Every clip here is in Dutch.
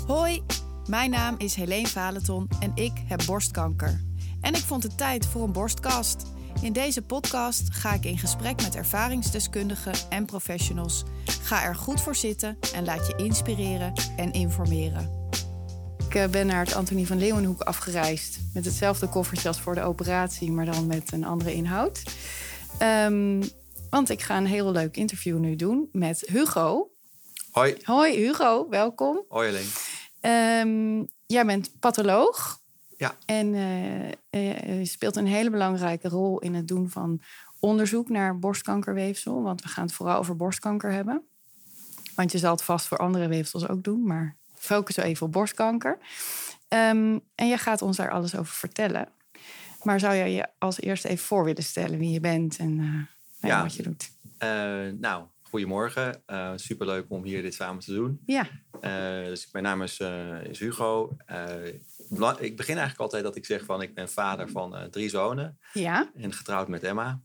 Hoi, mijn naam is Helene Valenton en ik heb borstkanker. En ik vond het tijd voor een borstkast. In deze podcast ga ik in gesprek met ervaringsdeskundigen en professionals. Ga er goed voor zitten en laat je inspireren en informeren. Ik ben naar het Antonie van Leeuwenhoek afgereisd. Met hetzelfde koffertje als voor de operatie, maar dan met een andere inhoud. Want ik ga een heel leuk interview nu doen met Hugo. Hoi. Hoi Hugo, welkom. Hoi Helene. Jij bent patholoog. Ja. En je speelt een hele belangrijke rol in het doen van onderzoek naar borstkankerweefsel. Want we gaan het vooral over borstkanker hebben. Want je zal het vast voor andere weefsels ook doen, maar focussen we even op borstkanker. En je gaat ons daar alles over vertellen. Maar zou jij je als eerste even voor willen stellen wie je bent en wat je doet? Goedemorgen. Superleuk om hier dit samen te doen. Ja. Dus mijn naam is Hugo. Ik begin eigenlijk altijd dat ik zeg van ik ben vader van 3 zonen. Ja. En getrouwd met Emma.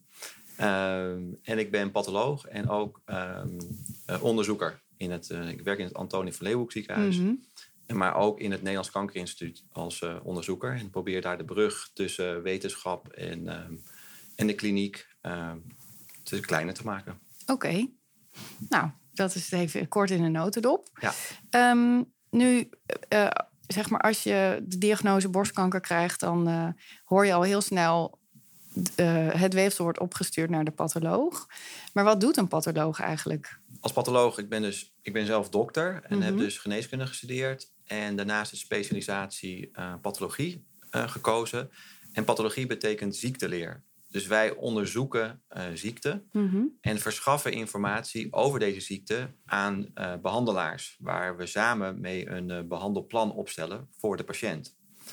En ik ben patholoog en ook onderzoeker. Ik werk in het Antonie van Leeuwenhoek ziekenhuis. Mm-hmm. Maar ook in het Nederlands Kankerinstituut als onderzoeker. En probeer daar de brug tussen wetenschap en de kliniek kleiner te maken. Oké. Nou, dat is even kort in een notendop. Ja. Nu, zeg maar, als je de diagnose borstkanker krijgt, dan hoor je al heel snel het weefsel wordt opgestuurd naar de patholoog. Maar wat doet een patholoog eigenlijk? Als patholoog, ik ben zelf dokter en heb dus geneeskunde gestudeerd. En daarnaast de specialisatie pathologie gekozen. En pathologie betekent ziekteleer. Dus wij onderzoeken ziekte en verschaffen informatie over deze ziekte aan behandelaars. Waar we samen mee een behandelplan opstellen voor de patiënt.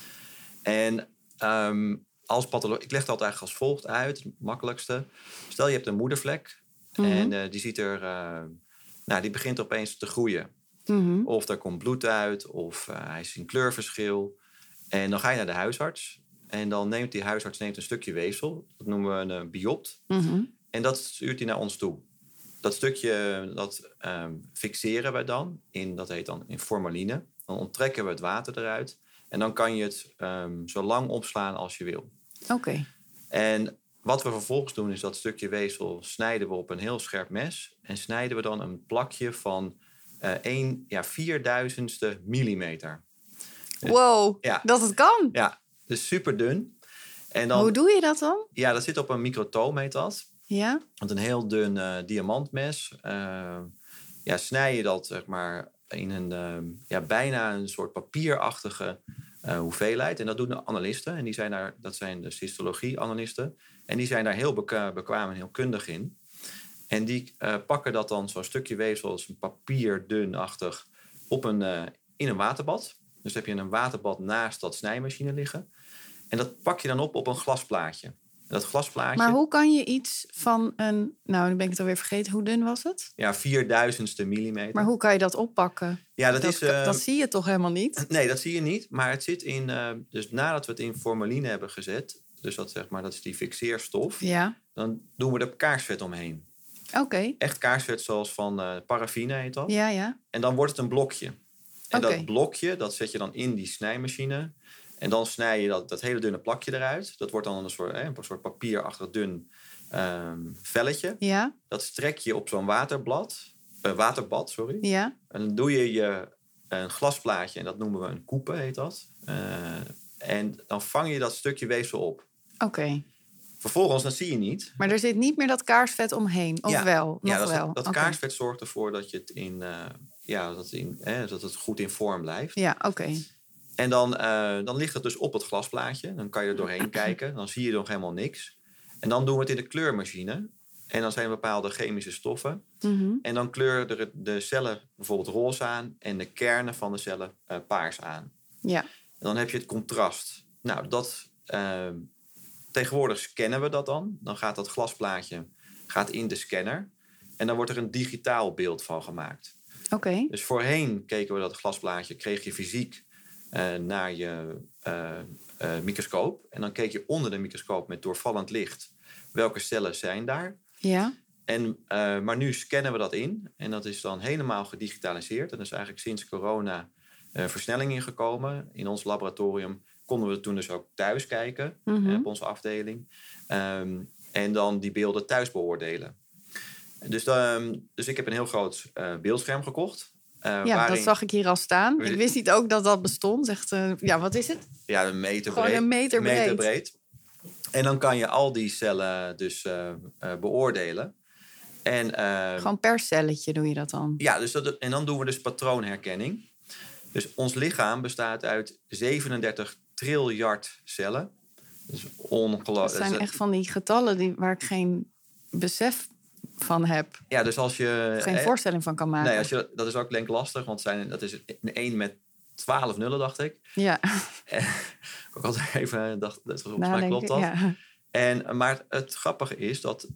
En als patholoog, ik leg het altijd als volgt uit, het makkelijkste. Stel je hebt een moedervlek en die ziet die begint opeens te groeien. Of er komt bloed uit of hij is in kleurverschil. En dan ga je naar de huisarts. En dan neemt die huisarts een stukje weefsel. Dat noemen we een biopt. En dat stuurt hij naar ons toe. Dat stukje fixeren we dan. Dat heet dan in formaline. Dan onttrekken we het water eruit. En dan kan je het zo lang opslaan als je wil. Oké. En wat we vervolgens doen is dat stukje weefsel snijden we op een heel scherp mes. En snijden we dan een plakje van 1/4000ste millimeter. Wow, ja. Dat het kan? Ja. Dus super dun. En dan, hoe doe je dat dan? Ja, dat zit op een microtoom, heet dat. Ja. Want een heel dun diamantmes. Snij je dat zeg maar in een bijna een soort papierachtige hoeveelheid. En dat doen de analisten. En dat zijn de cystologie-analisten. En die zijn daar heel bekwaam en heel kundig in. En die pakken dat dan zo'n stukje weefsel als een papierdunachtig in een waterbad. Dus heb je een waterbad naast dat snijmachine liggen. En dat pak je dan op een glasplaatje. Dat glasplaatje. Maar hoe kan je iets van een... Nou, nu ben ik het alweer vergeten. Hoe dun was het? Ja, 4000ste millimeter. Maar hoe kan je dat oppakken? Ja, dat zie je toch helemaal niet? Nee, dat zie je niet. Maar het zit in... dus nadat we het in formaline hebben gezet... Dus dat is die fixeerstof. Ja. Dan doen we er kaarsvet omheen. Oké. Echt kaarsvet zoals van paraffine heet dat. Ja, ja. En dan wordt het een blokje. En dat blokje, dat zet je dan in die snijmachine... En dan snij je dat hele dunne plakje eruit. Dat wordt dan een soort papierachtig dun velletje. Ja. Dat strek je op zo'n waterbad. Ja. En dan doe je een glasplaatje. En dat noemen we een coupe, heet dat. En dan vang je dat stukje weefsel op. Oké. Vervolgens, dat zie je niet. Maar er zit niet meer dat kaarsvet omheen, of wel? Nog wel? Dat kaarsvet zorgt ervoor dat je het dat het goed in vorm blijft. Ja, oké. En dan ligt het dus op het glasplaatje. Dan kan je er doorheen kijken. Dan zie je nog helemaal niks. En dan doen we het in de kleurmachine. En dan zijn er bepaalde chemische stoffen. En dan kleuren de cellen bijvoorbeeld roze aan. En de kernen van de cellen paars aan. Ja. En dan heb je het contrast. Nou, tegenwoordig scannen we dat dan. Dan gaat dat glasplaatje in de scanner. En dan wordt er een digitaal beeld van gemaakt. Oké. Dus voorheen keken we dat glasplaatje. Kreeg je fysiek naar je microscoop. En dan keek je onder de microscoop met doorvallend licht. Welke cellen zijn daar? Ja. Maar nu scannen we dat in. En dat is dan helemaal gedigitaliseerd. En dat is eigenlijk sinds corona versnelling in gekomen. In ons laboratorium konden we toen dus ook thuis kijken op onze afdeling. En dan die beelden thuis beoordelen. Dus ik heb een heel groot beeldscherm gekocht. Waarin... dat zag ik hier al staan. Ik wist niet ook dat dat bestond. Echt, wat is het? Ja, een meter Gewoon breed. Een meter breed. En dan kan je al die cellen dus beoordelen. En, gewoon per celletje doe je dat dan? Ja, en dan doen we dus patroonherkenning. Dus ons lichaam bestaat uit 37 triljard cellen. Dat is ongelooflijk. Dat zijn echt van die getallen waar ik geen besef van heb. Ja, dus als je... geen voorstelling van kan maken. Nee, dat is ook denk ik lastig. Want dat is een 1 met 12 nullen, dacht ik. Ja. Ik altijd even dacht, volgens mij klopt dat. Ja. Maar het grappige is dat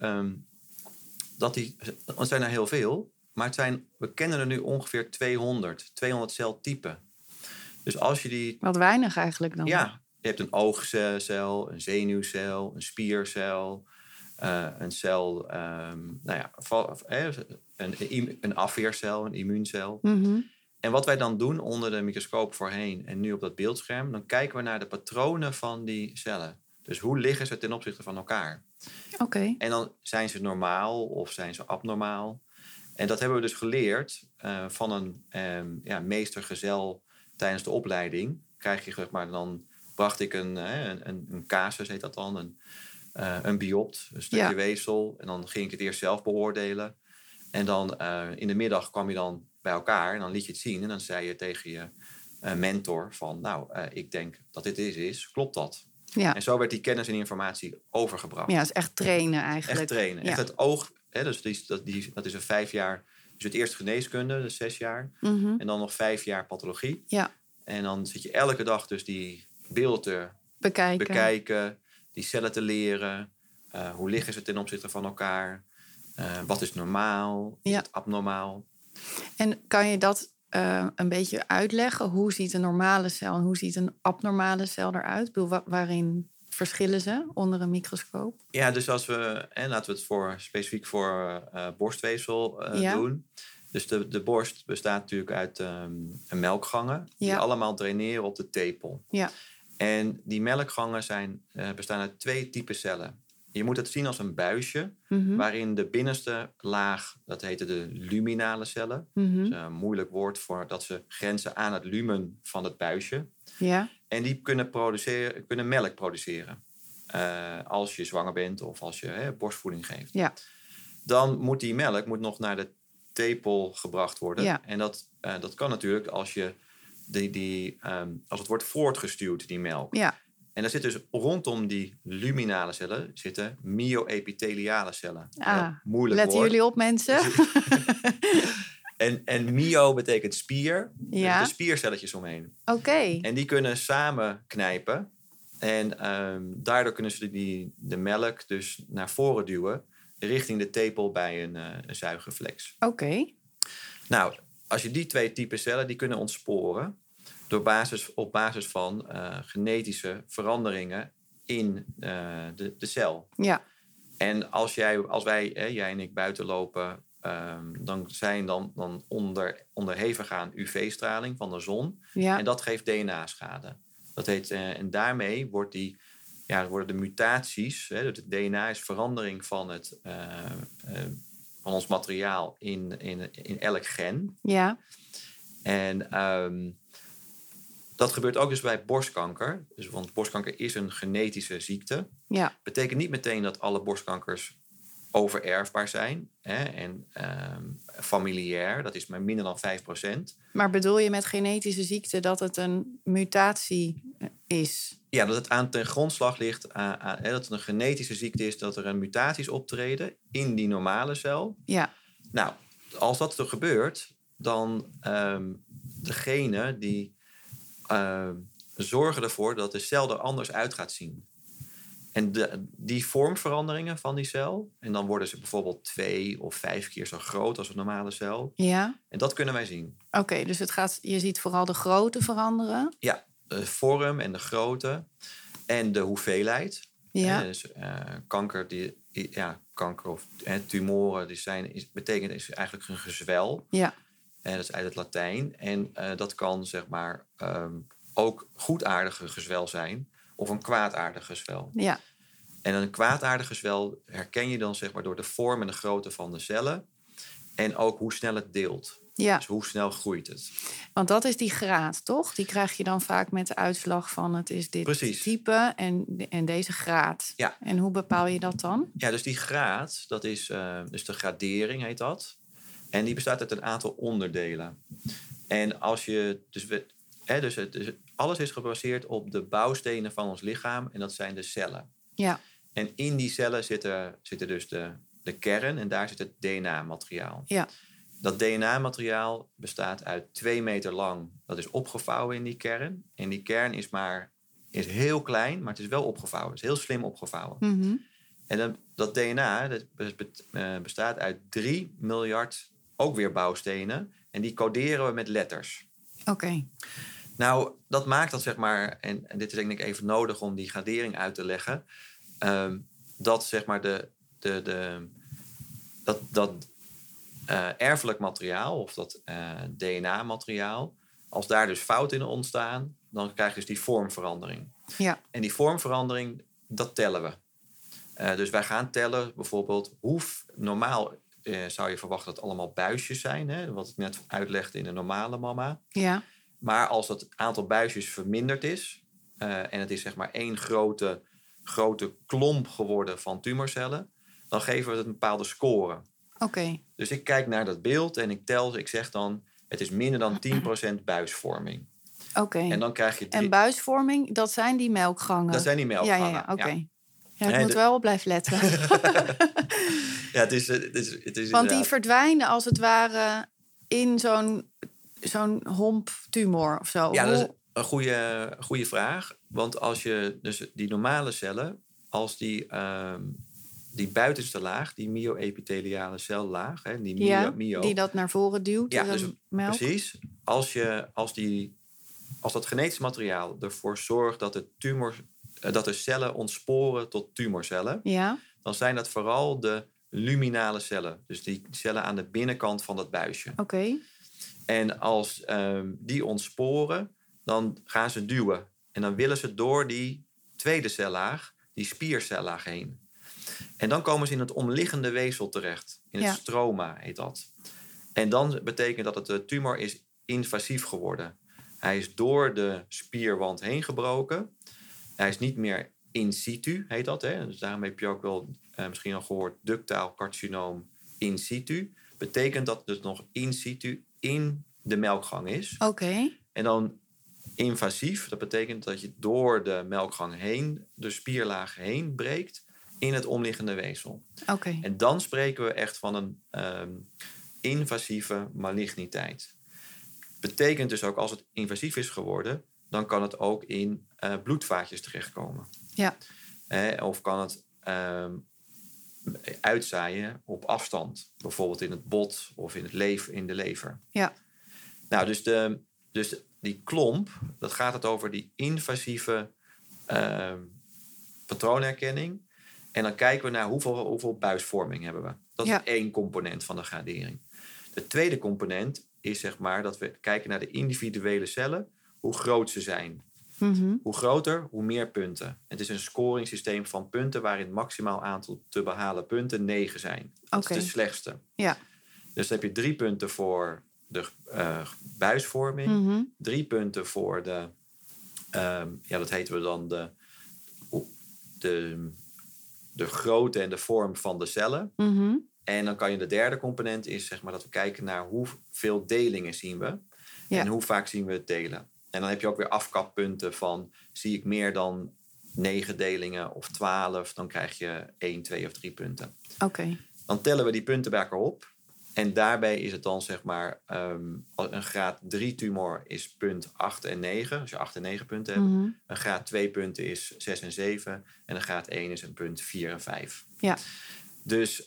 er zijn er heel veel. Maar we kennen er nu ongeveer 200 celtypen. Dus als je die... Wat weinig eigenlijk dan. Ja, je hebt een oogcel, een zenuwcel, een spiercel, een cel, een afweercel, een immuuncel. Mm-hmm. En wat wij dan doen onder de microscoop voorheen en nu op dat beeldscherm, dan kijken we naar de patronen van die cellen. Dus hoe liggen ze ten opzichte van elkaar? Oké. En dan zijn ze normaal of zijn ze abnormaal? En dat hebben we dus geleerd van een meestergezel tijdens de opleiding. Krijg je, zeg maar, dan bracht ik een casus, heet dat dan, een biopt, een stukje weefsel. En dan ging ik het eerst zelf beoordelen. En dan in de middag kwam je dan bij elkaar en dan liet je het zien. En dan zei je tegen je mentor van, ik denk dat dit is. Klopt dat? Ja. En zo werd die kennis en informatie overgebracht. Ja, het is echt trainen eigenlijk. Echt trainen. Ja. Echt het oog, dus dat is een 5 jaar. Dus het eerst geneeskunde, dus 6 jaar. Mm-hmm. En dan nog 5 jaar pathologie. Ja. En dan zit je elke dag dus die beelden te bekijken, die cellen te leren. Hoe liggen ze ten opzichte van elkaar? Wat is normaal? Is het abnormaal? En kan je dat een beetje uitleggen? Hoe ziet een normale cel en hoe ziet een abnormale cel eruit? Ik bedoel, waarin verschillen ze onder een microscoop? Ja, dus als laten we het specifiek voor borstweefsel doen. Dus de borst bestaat natuurlijk uit melkgangen. Die allemaal draineren op de tepel. Ja. En die melkgangen bestaan uit 2 typen cellen. Je moet het zien als een buisje, waarin de binnenste laag, dat heten de luminale cellen. Mm-hmm. Dat is een moeilijk woord voor dat ze grenzen aan het lumen van het buisje. Ja. En die kunnen melk produceren. Als je zwanger bent of als je borstvoeding geeft. Ja. Dan moet die melk nog naar de tepel gebracht worden. Ja. En dat kan natuurlijk als je als het wordt voortgestuwd, die melk. Ja. En daar zitten dus rondom die luminale cellen zitten myo-epitheliale cellen. Moeilijk letten woord. Jullie op, mensen? en myo betekent spier. Ja. Er zitten spiercelletjes omheen. Oké. En die kunnen samen knijpen. En daardoor kunnen ze de melk dus naar voren duwen richting de tepel bij een zuigerflex. Oké. Nou, als je die 2 typen cellen, die kunnen ontsporen op basis van genetische veranderingen in de cel. Ja. En als wij, jij en ik, buiten lopen, dan zijn dan onderhevig aan UV-straling van de zon. Ja. En dat geeft DNA-schade. Dat heet, en daarmee worden de mutaties, het DNA is verandering van van ons materiaal in elk gen. Ja. En dat gebeurt ook dus bij borstkanker. Dus, want borstkanker is een genetische ziekte. Ja. Betekent niet meteen dat alle borstkankers overerfbaar zijn. En familiair, dat is maar minder dan 5%. Maar bedoel je met genetische ziekte dat het een mutatie is? Ja, dat het aan ten grondslag ligt dat het een genetische ziekte is, dat er mutaties optreden in die normale cel. Ja. Nou, als dat er gebeurt, dan degene die zorgen ervoor dat de cel er anders uit gaat zien. En die vormveranderingen van die cel, en dan worden ze bijvoorbeeld 2 of 5 keer zo groot als een normale cel. Ja. En dat kunnen wij zien. Oké, dus je ziet vooral de grootte veranderen? Ja, de vorm en de grootte en de hoeveelheid. Ja. Dus kanker of tumoren, is eigenlijk een gezwel. Ja. En dat is uit het Latijn. En dat kan zeg maar ook goedaardige gezwel zijn of een kwaadaardig gezwel. Ja. En een kwaadaardig gezwel herken je dan zeg maar door de vorm en de grootte van de cellen. En ook hoe snel het deelt. Ja. Dus hoe snel groeit het. Want dat is die graad, toch? Die krijg je dan vaak met de uitslag van het is dit Precies. type en deze graad. Ja. En hoe bepaal je dat dan? Ja, dus die graad, dat is dus de gradering heet dat. En die bestaat uit een aantal onderdelen. En als je dus alles is gebaseerd op de bouwstenen van ons lichaam. En dat zijn de cellen. Ja. En in die cellen zitten dus de kern en daar zit het DNA-materiaal. Ja. Dat DNA-materiaal bestaat uit 2 meter lang. Dat is opgevouwen in die kern. En die kern is heel klein, maar het is wel opgevouwen. Het is heel slim opgevouwen. Mm-hmm. En dat DNA bestaat uit 3 miljard ook weer bouwstenen. En die coderen we met letters. Oké. Nou, dat maakt dat zeg maar... En dit is denk ik even nodig om die gradering uit te leggen. Dat zeg maar dat erfelijk materiaal of dat DNA-materiaal... als daar dus fouten in ontstaan... dan krijg je dus die vormverandering. Ja. En die vormverandering, dat tellen we. Dus wij gaan tellen bijvoorbeeld normaal zou je verwachten dat het allemaal buisjes zijn. Hè, wat ik net uitlegde in de normale mama. Ja. Maar als dat aantal buisjes verminderd is... en het is zeg maar 1 grote klomp geworden van tumorcellen... dan geven we het een bepaalde score. Oké. Dus ik kijk naar dat beeld en ik zeg dan... het is minder dan 10% buisvorming. Oké. En dan krijg je En buisvorming, dat zijn die melkgangen? Dat zijn die melkgangen, Ja, oké. ja. Ja, ik moet wel op blijven letten. Ja, het is Want die verdwijnen als het ware in zo'n homptumor of zo. Ja, dat is een goede vraag. Want als je dus die normale cellen, als die buitenste laag, die myo-epitheliale cellaag, hè, die dat naar voren duwt. Ja, dus melk. precies. Als dat genetisch materiaal ervoor zorgt dat de cellen ontsporen tot tumorcellen, Ja. dan zijn dat vooral de luminale cellen. Dus die cellen aan de binnenkant van dat buisje. Oké. En als die ontsporen, dan gaan ze duwen. En dan willen ze door die tweede cellaag, die spiercellaag heen. En dan komen ze in het omliggende weefsel terecht. In het stroma heet dat. En dan betekent dat de tumor is invasief geworden. Hij is door de spierwand heen gebroken. Hij is niet meer in situ, heet dat. Hè? Dus daarom heb je ook wel misschien al gehoord... ductaal carcinoom in situ. Betekent dat het dus nog in situ in de melkgang is. Oké. En dan invasief, dat betekent dat je door de melkgang heen... de spierlaag heen breekt in het omliggende weefsel. Oké. En dan spreken we echt van een invasieve maligniteit. Betekent dus ook als het invasief is geworden... dan kan het ook in bloedvaatjes terechtkomen. Ja. Of kan het uitzaaien op afstand. Bijvoorbeeld in het bot of in de lever. Ja. Nou, dus die klomp, dat gaat het over die invasieve patroonherkenning. En dan kijken we naar hoeveel buisvorming hebben we. Dat is 1 component van de gradering. De tweede component is zeg maar dat we kijken naar de individuele cellen. Hoe groot ze zijn. Mm-hmm. Hoe groter, hoe meer punten. Het is een scoringssysteem van punten... waarin het maximaal aantal te behalen punten 9 zijn. Dat is de slechtste. Ja. Dus dan heb je 3 punten voor de buisvorming. Mm-hmm. 3 punten voor de... dat heten we dan de grootte en de vorm van de cellen. Mm-hmm. En dan kan je de derde component is zeg maar dat we kijken naar hoeveel delingen zien we. Ja. En hoe vaak zien we het delen. En dan heb je ook weer afkappunten van... zie ik meer dan 9 delingen of 12... dan krijg je 1, 2 of 3 punten. Oké. Dan tellen we die punten bij elkaar op. En daarbij is het dan zeg maar... een graad 3 tumor is punt 8 en 9. Als je 8 en 9 punten hebt. Mm-hmm. Een graad 2 punten is 6 en 7. En een graad 1 is een punt 4 en 5. Ja. Dus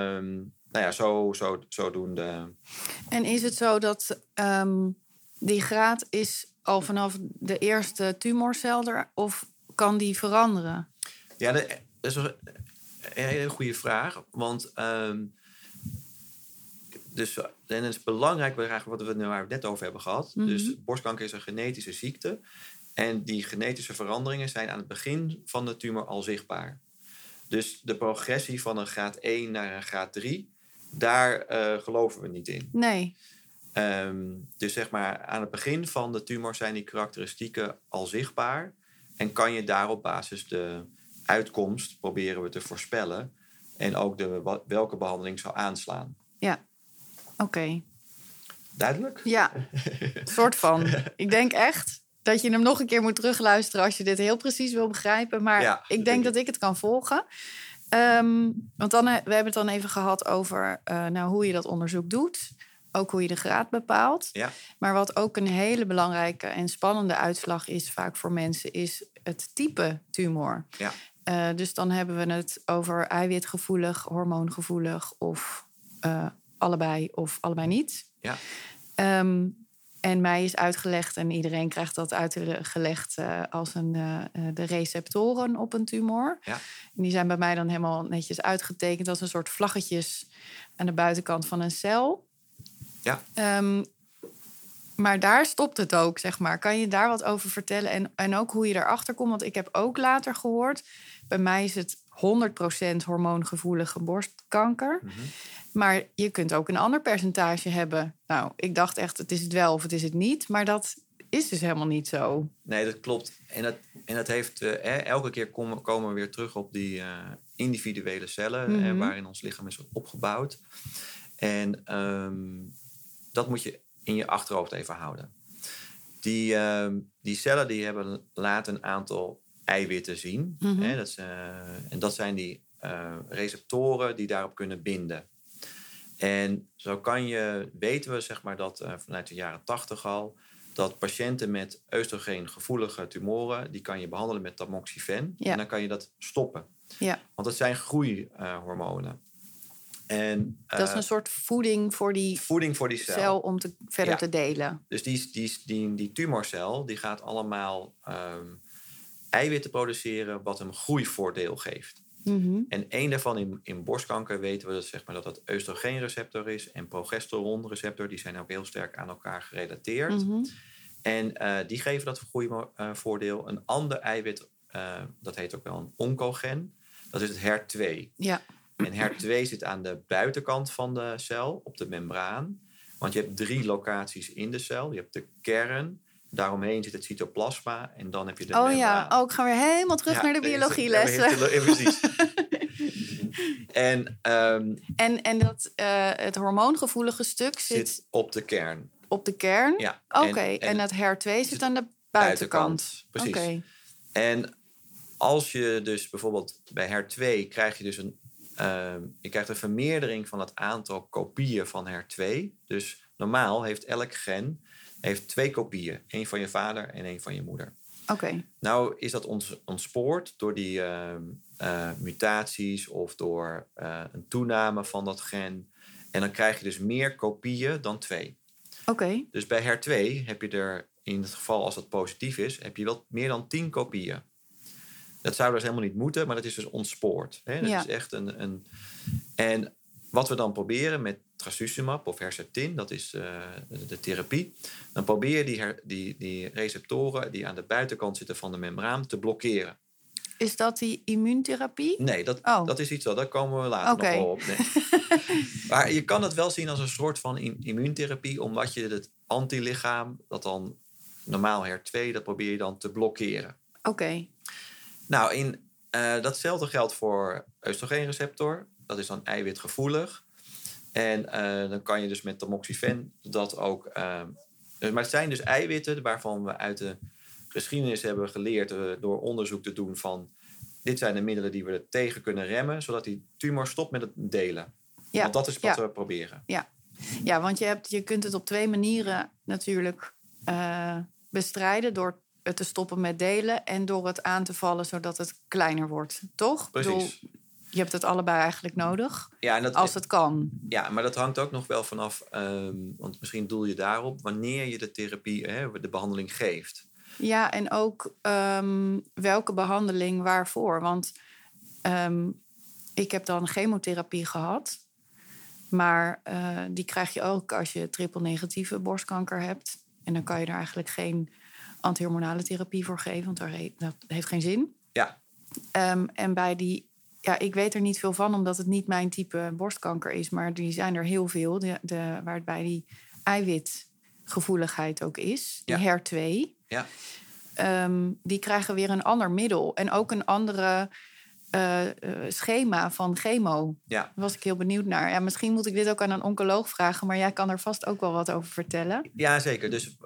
zodoende... En is het zo dat die graad is al vanaf de eerste tumorcel er... of kan die veranderen? Ja, dat is een hele goede vraag. Want Dus en het is belangrijk, wat we het net over hebben gehad. Mhm. Dus borstkanker is een genetische ziekte. En die genetische veranderingen zijn aan het begin van de tumor al zichtbaar. Dus de progressie van een graad 1 naar een graad 3, daar geloven we niet in. Nee. Dus zeg maar, aan het begin van de tumor zijn die karakteristieken al zichtbaar. En kan je daar op basis de uitkomst proberen we te voorspellen. En ook welke behandeling zou aanslaan. Ja, oké. Duidelijk? Ja, soort van. Ik denk echt dat je hem nog een keer moet terugluisteren als je dit heel precies wil begrijpen. Maar Ja, ik denk dat ik het kan volgen. Want we hebben het dan even gehad over hoe je dat onderzoek doet. Ook hoe je de graad bepaalt. Ja. Maar wat ook een hele belangrijke en spannende uitslag is vaak voor mensen, is het type tumor. Ja. Dus dan hebben we het over eiwitgevoelig, hormoongevoelig of allebei of allebei niet. Ja. En mij is uitgelegd, en iedereen krijgt dat uitgelegd als de receptoren op een tumor. Ja. En die zijn bij mij dan helemaal netjes uitgetekend als een soort vlaggetjes aan de buitenkant van een cel. Ja. Maar daar stopt het ook, zeg maar. Kan je daar wat over vertellen? En ook hoe je erachter komt? Want ik heb ook later gehoord, bij mij is het 100% hormoongevoelige borstkanker. Mm-hmm. Maar je kunt ook een ander percentage hebben. Nou, ik dacht echt, het is het wel of het is het niet. Maar dat is dus helemaal niet zo. Nee, dat klopt. En dat heeft elke keer komen we weer terug op die individuele cellen waarin ons lichaam is opgebouwd. En dat moet je in je achterhoofd even houden. Die cellen die laten een aantal eiwitten zien. Mm-hmm. En dat zijn die receptoren die daarop kunnen binden. En zo weten we zeg maar, dat vanuit de jaren 80 al, dat patiënten met oestrogeengevoelige tumoren, die kan je behandelen met tamoxifen. Ja. En dan kan je dat stoppen. Ja. Want dat zijn groeihormonen. En, dat is een soort voeding voor die cel om verder te delen. Dus die tumorcel die gaat allemaal eiwitten produceren wat hem groeivoordeel geeft. Mm-hmm. En één daarvan in borstkanker weten we zeg maar, dat het oestrogeenreceptor is en progesteronreceptor. Die zijn ook heel sterk aan elkaar gerelateerd. Mm-hmm. En die geven dat groeivoordeel. Een ander eiwit, dat heet ook wel een oncogen. Dat is het HER2. Ja. En HER2 zit aan de buitenkant van de cel, op de membraan. Want je hebt 3 locaties in de cel. Je hebt de kern, daaromheen zit het cytoplasma en dan heb je de membraan. Ja, ik ga weer helemaal terug naar de biologielessen. Precies. En dat het hormoongevoelige stuk zit op de kern. Op de kern? Ja. Oké, en het HER2 zit aan de buitenkant. Precies. Okay. En als je dus bijvoorbeeld bij HER2 krijg je dus je krijgt een vermeerdering van het aantal kopieën van HER2. Dus normaal heeft elk gen 2 kopieën. 1 van je vader en 1 van je moeder. Oké. Nou is dat ontspoord door die mutaties of door een toename van dat gen. En dan krijg je dus meer kopieën dan 2. Oké. Dus bij HER2 heb je er, in het geval als dat positief is, heb je wel meer dan 10 kopieën. Dat zou dus helemaal niet moeten, maar dat is dus ontspoord. Hè? Dat is echt een... En wat we dan proberen met trastuzumab of Herceptin, dat is de therapie. Dan probeer je die receptoren die aan de buitenkant zitten van de membraan te blokkeren. Is dat die immuuntherapie? Nee, dat is iets wel. Daar komen we later nog wel op. Nee. Maar je kan het wel zien als een soort van immuuntherapie, omdat je het antilichaam, dat dan normaal HER2, dat probeer je dan te blokkeren. Oké. Nou, datzelfde geldt voor oestrogeenreceptor. Dat is dan eiwitgevoelig. En dan kan je dus met tamoxifen dat ook... maar het zijn dus eiwitten waarvan we uit de geschiedenis hebben geleerd door onderzoek te doen van... Dit zijn de middelen die we er tegen kunnen remmen, zodat die tumor stopt met het delen. Ja. Want dat is wat we proberen. Ja, want je kunt het op 2 manieren natuurlijk bestrijden. Door het te stoppen met delen en door het aan te vallen zodat het kleiner wordt. Toch? Precies. Je hebt het allebei eigenlijk nodig, als het kan. Ja, maar dat hangt ook nog wel vanaf, want misschien doel je daarop, wanneer je de therapie, de behandeling geeft. Ja, en ook welke behandeling waarvoor. Want ik heb dan chemotherapie gehad. Maar die krijg je ook als je triple-negatieve borstkanker hebt. En dan kan je er eigenlijk geen antihormonale therapie voor geven, want dat heeft geen zin. Ja. En bij die... Ja, ik weet er niet veel van, omdat het niet mijn type borstkanker is. Maar die zijn er heel veel, waarbij die eiwitgevoeligheid ook is. Die HER2. Ja. Die krijgen weer een ander middel. En ook een andere schema van chemo. Ja. Daar was ik heel benieuwd naar. Ja, misschien moet ik dit ook aan een oncoloog vragen, maar jij kan er vast ook wel wat over vertellen. Ja, zeker. Dus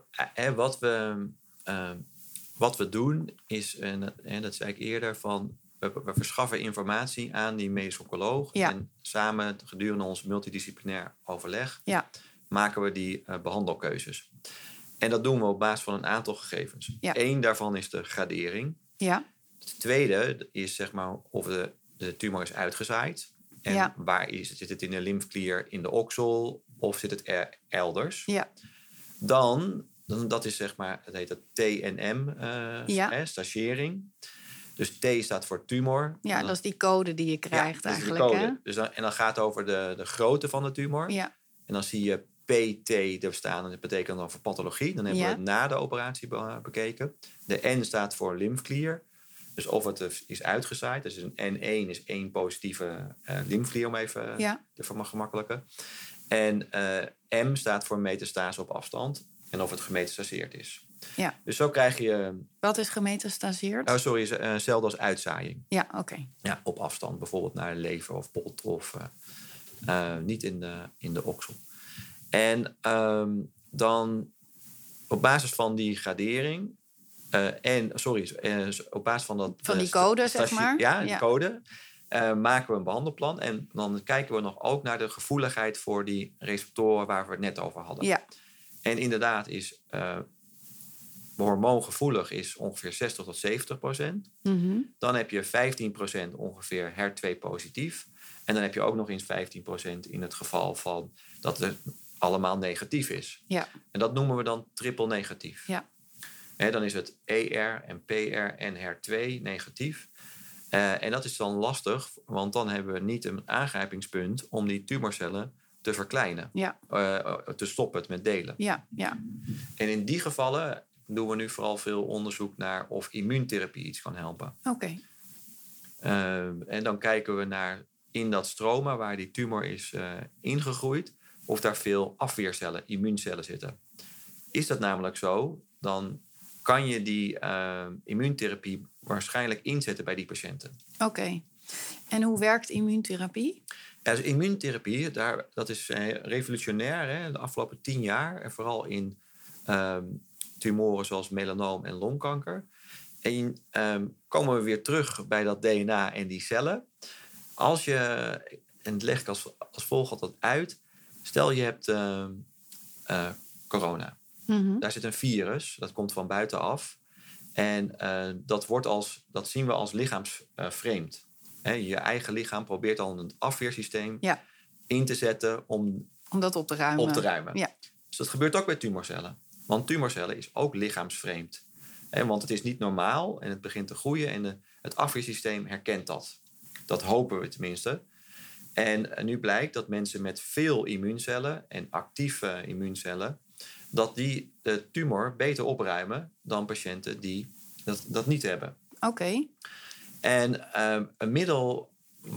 wat we doen is, en dat zei ik eerder, we verschaffen informatie aan die medisch oncoloog. Ja. En samen gedurende ons multidisciplinair overleg maken we die behandelkeuzes. En dat doen we op basis van een aantal gegevens. Ja. 1 daarvan is de gradering. Ja. Het tweede is zeg maar of de tumor is uitgezaaid. En waar is het? Zit het in de lymfeklier, in de oksel of zit het elders? Ja. Dan dat is zeg maar, het heet het TNM, stagering. Dus T staat voor tumor. Ja, dat is die code die je krijgt eigenlijk. Dat is de code. Hè? Dus en dan gaat het over de grootte van de tumor. Ja. En dan zie je PT er staan. En dat betekent dan voor pathologie. Dan hebben we het na de operatie bekeken. De N staat voor lymfeklier. Dus of het is uitgezaaid. Dus een N1 is 1 positieve lymfeklier, om even te vergemakkelijken. En M staat voor metastase op afstand. En of het gemetastaseerd is. Ja. Dus zo krijg je... Wat is gemetastaseerd? Oh, sorry, hetzelfde als uitzaaiing. Ja, oké. Ja, op afstand. Bijvoorbeeld naar de lever of bot of niet in de oksel. En dan op basis van die gradering... op basis van dat... Van die code, zeg maar. Ja, die code. Maken we een behandelplan. En dan kijken we nog ook naar de gevoeligheid voor die receptoren waar we het net over hadden. Ja. En inderdaad is hormoongevoelig is ongeveer 60 tot 70%. Mm-hmm. Dan heb je 15% ongeveer HER2 positief. En dan heb je ook nog eens 15% in het geval van dat het allemaal negatief is. Ja. En dat noemen we dan triple negatief. Ja. Dan is het ER en PR en HER2 negatief. En dat is dan lastig, want dan hebben we niet een aangrijpingspunt om die tumorcellen te verkleinen. Ja. Te stoppen met delen. Ja, ja. En in die gevallen doen we nu vooral veel onderzoek naar of immuuntherapie iets kan helpen. Oké. En dan kijken we naar in dat stroma waar die tumor is ingegroeid, of daar veel afweercellen, immuuncellen zitten. Is dat namelijk zo, dan kan je die immuuntherapie waarschijnlijk inzetten bij die patiënten. Oké. En hoe werkt immuuntherapie? Ja, dus immuuntherapie, dat is revolutionair, hè, de afgelopen 10 jaar. En vooral in tumoren zoals melanoom en longkanker. En komen we weer terug bij dat DNA en die cellen. Als je, en het leg ik als volgt altijd uit. Stel je hebt corona. Mm-hmm. Daar zit een virus, dat komt van buitenaf. En dat zien we als lichaamsvreemd. Je eigen lichaam probeert al een afweersysteem in te zetten om dat op te ruimen. Ja. Dus dat gebeurt ook bij tumorcellen. Want tumorcellen is ook lichaamsvreemd. Want het is niet normaal en het begint te groeien en het afweersysteem herkent dat. Dat hopen we tenminste. En nu blijkt dat mensen met veel immuuncellen en actieve immuuncellen, dat die de tumor beter opruimen dan patiënten die dat niet hebben. Oké. En een middel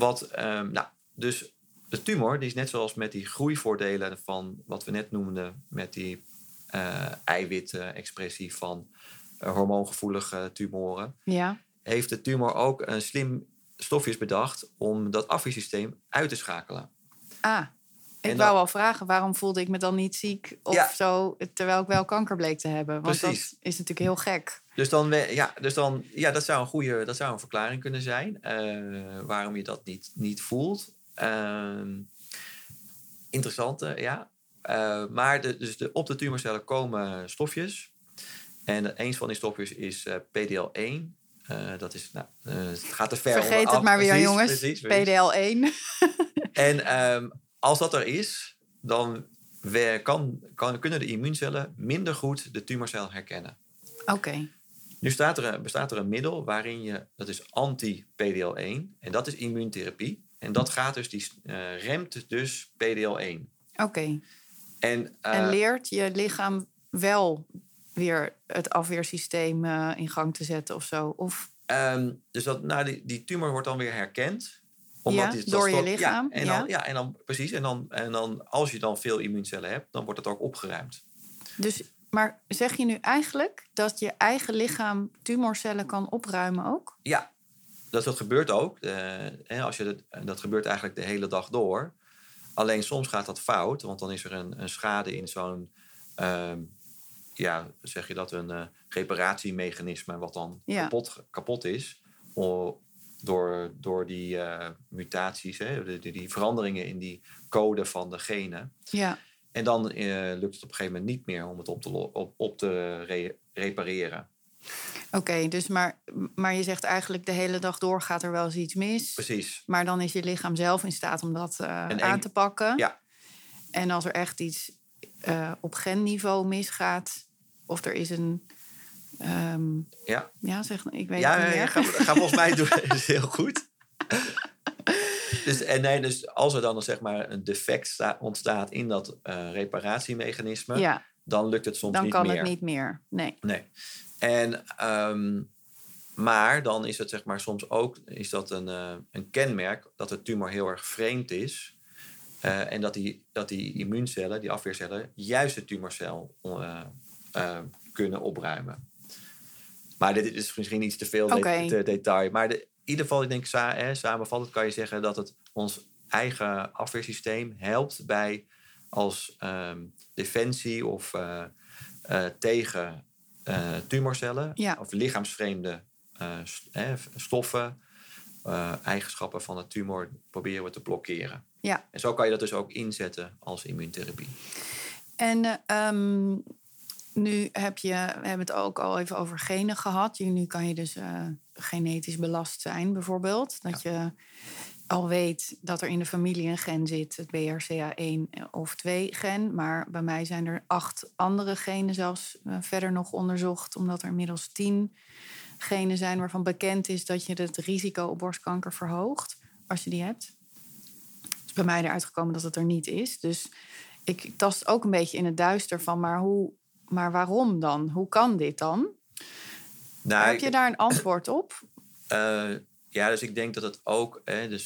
dus de tumor, die is net zoals met die groeivoordelen van wat we net noemden, met die eiwitexpressie van hormoongevoelige tumoren, heeft de tumor ook een slim stofjes bedacht om dat afweersysteem uit te schakelen. Ik wou al vragen, waarom voelde ik me dan niet ziek of zo, terwijl ik wel kanker bleek te hebben? Want precies. Dat is natuurlijk heel gek. Dus dat zou een verklaring kunnen zijn waarom je dat niet voelt. Interessant, ja. Maar op de tumorcellen komen stofjes. En een van die stofjes is PDL1. Dat is, het gaat te ver. Vergeet het maar weer, jongens. Precies. PDL1. En als dat er is, dan kunnen de immuuncellen minder goed de tumorcel herkennen. Oké. Nu bestaat er een middel waarin dat is anti-PDL1. En dat is immuuntherapie. En dat gaat dus, remt dus PDL1. Oké. En leert je lichaam wel weer het afweersysteem in gang te zetten of zo? Of... Dus die tumor wordt dan weer herkend. Door je lichaam? En dan precies. En dan als je dan veel immuuncellen hebt, dan wordt het ook opgeruimd. Dus, maar zeg je nu eigenlijk dat je eigen lichaam tumorcellen kan opruimen ook? Ja, dat gebeurt ook. Dat gebeurt eigenlijk de hele dag door. Alleen soms gaat dat fout, want dan is er een schade in zo'n... zeg je dat, een reparatiemechanisme wat dan kapot is. Door die mutaties, die veranderingen in die code van de genen. Ja. En dan lukt het op een gegeven moment niet meer om het op te repareren. Oké, dus maar je zegt eigenlijk de hele dag door gaat er wel eens iets mis. Precies. Maar dan is je lichaam zelf in staat om dat aan te pakken. Ja. En als er echt iets op genniveau misgaat, of er is een... Ja, zeg, ik weet het niet meer. Ga volgens mij doen. Dat is heel goed. Dus als er dan zeg maar een defect ontstaat in dat reparatiemechanisme, dan lukt het soms niet meer. Dan kan het niet meer, nee. En, maar dan is het zeg maar soms ook een kenmerk dat de tumor heel erg vreemd is. En dat die immuuncellen, die afweercellen, juist de tumorcel kunnen opruimen. Maar dit is misschien iets te veel detail. Maar in ieder geval, ik denk samenvattend kan je zeggen dat het ons eigen afweersysteem helpt bij als defensie of tegen tumorcellen of lichaamsvreemde stoffen, eigenschappen van de tumor proberen we te blokkeren. Ja. En zo kan je dat dus ook inzetten als immuuntherapie. En nu we hebben het ook al even over genen gehad. Nu kan je dus genetisch belast zijn bijvoorbeeld. Dat je al weet dat er in de familie een gen zit, het BRCA1 of 2 gen. Maar bij mij zijn er 8 andere genen zelfs verder nog onderzocht. Omdat er inmiddels 10 genen zijn waarvan bekend is dat je het risico op borstkanker verhoogt als je die hebt. Het is bij mij eruit gekomen dat het er niet is. Dus ik tast ook een beetje in het duister van, maar waarom dan? Hoe kan dit dan? Heb je daar een antwoord op? Dus ik denk dat het ook...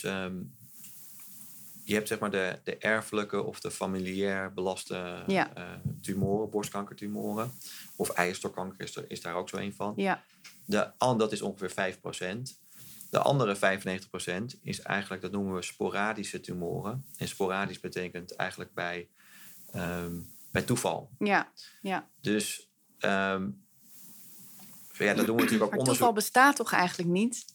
je hebt zeg maar de erfelijke of de familiair belaste tumoren, borstkankertumoren. Of eierstokkanker is daar ook zo een van. Ja. Dat is ongeveer 5%. De andere 95% is eigenlijk, dat noemen we sporadische tumoren. En sporadisch betekent eigenlijk bij toeval. Ja. Dus daar doen we natuurlijk ook onderzoek. Toeval bestaat toch eigenlijk niet?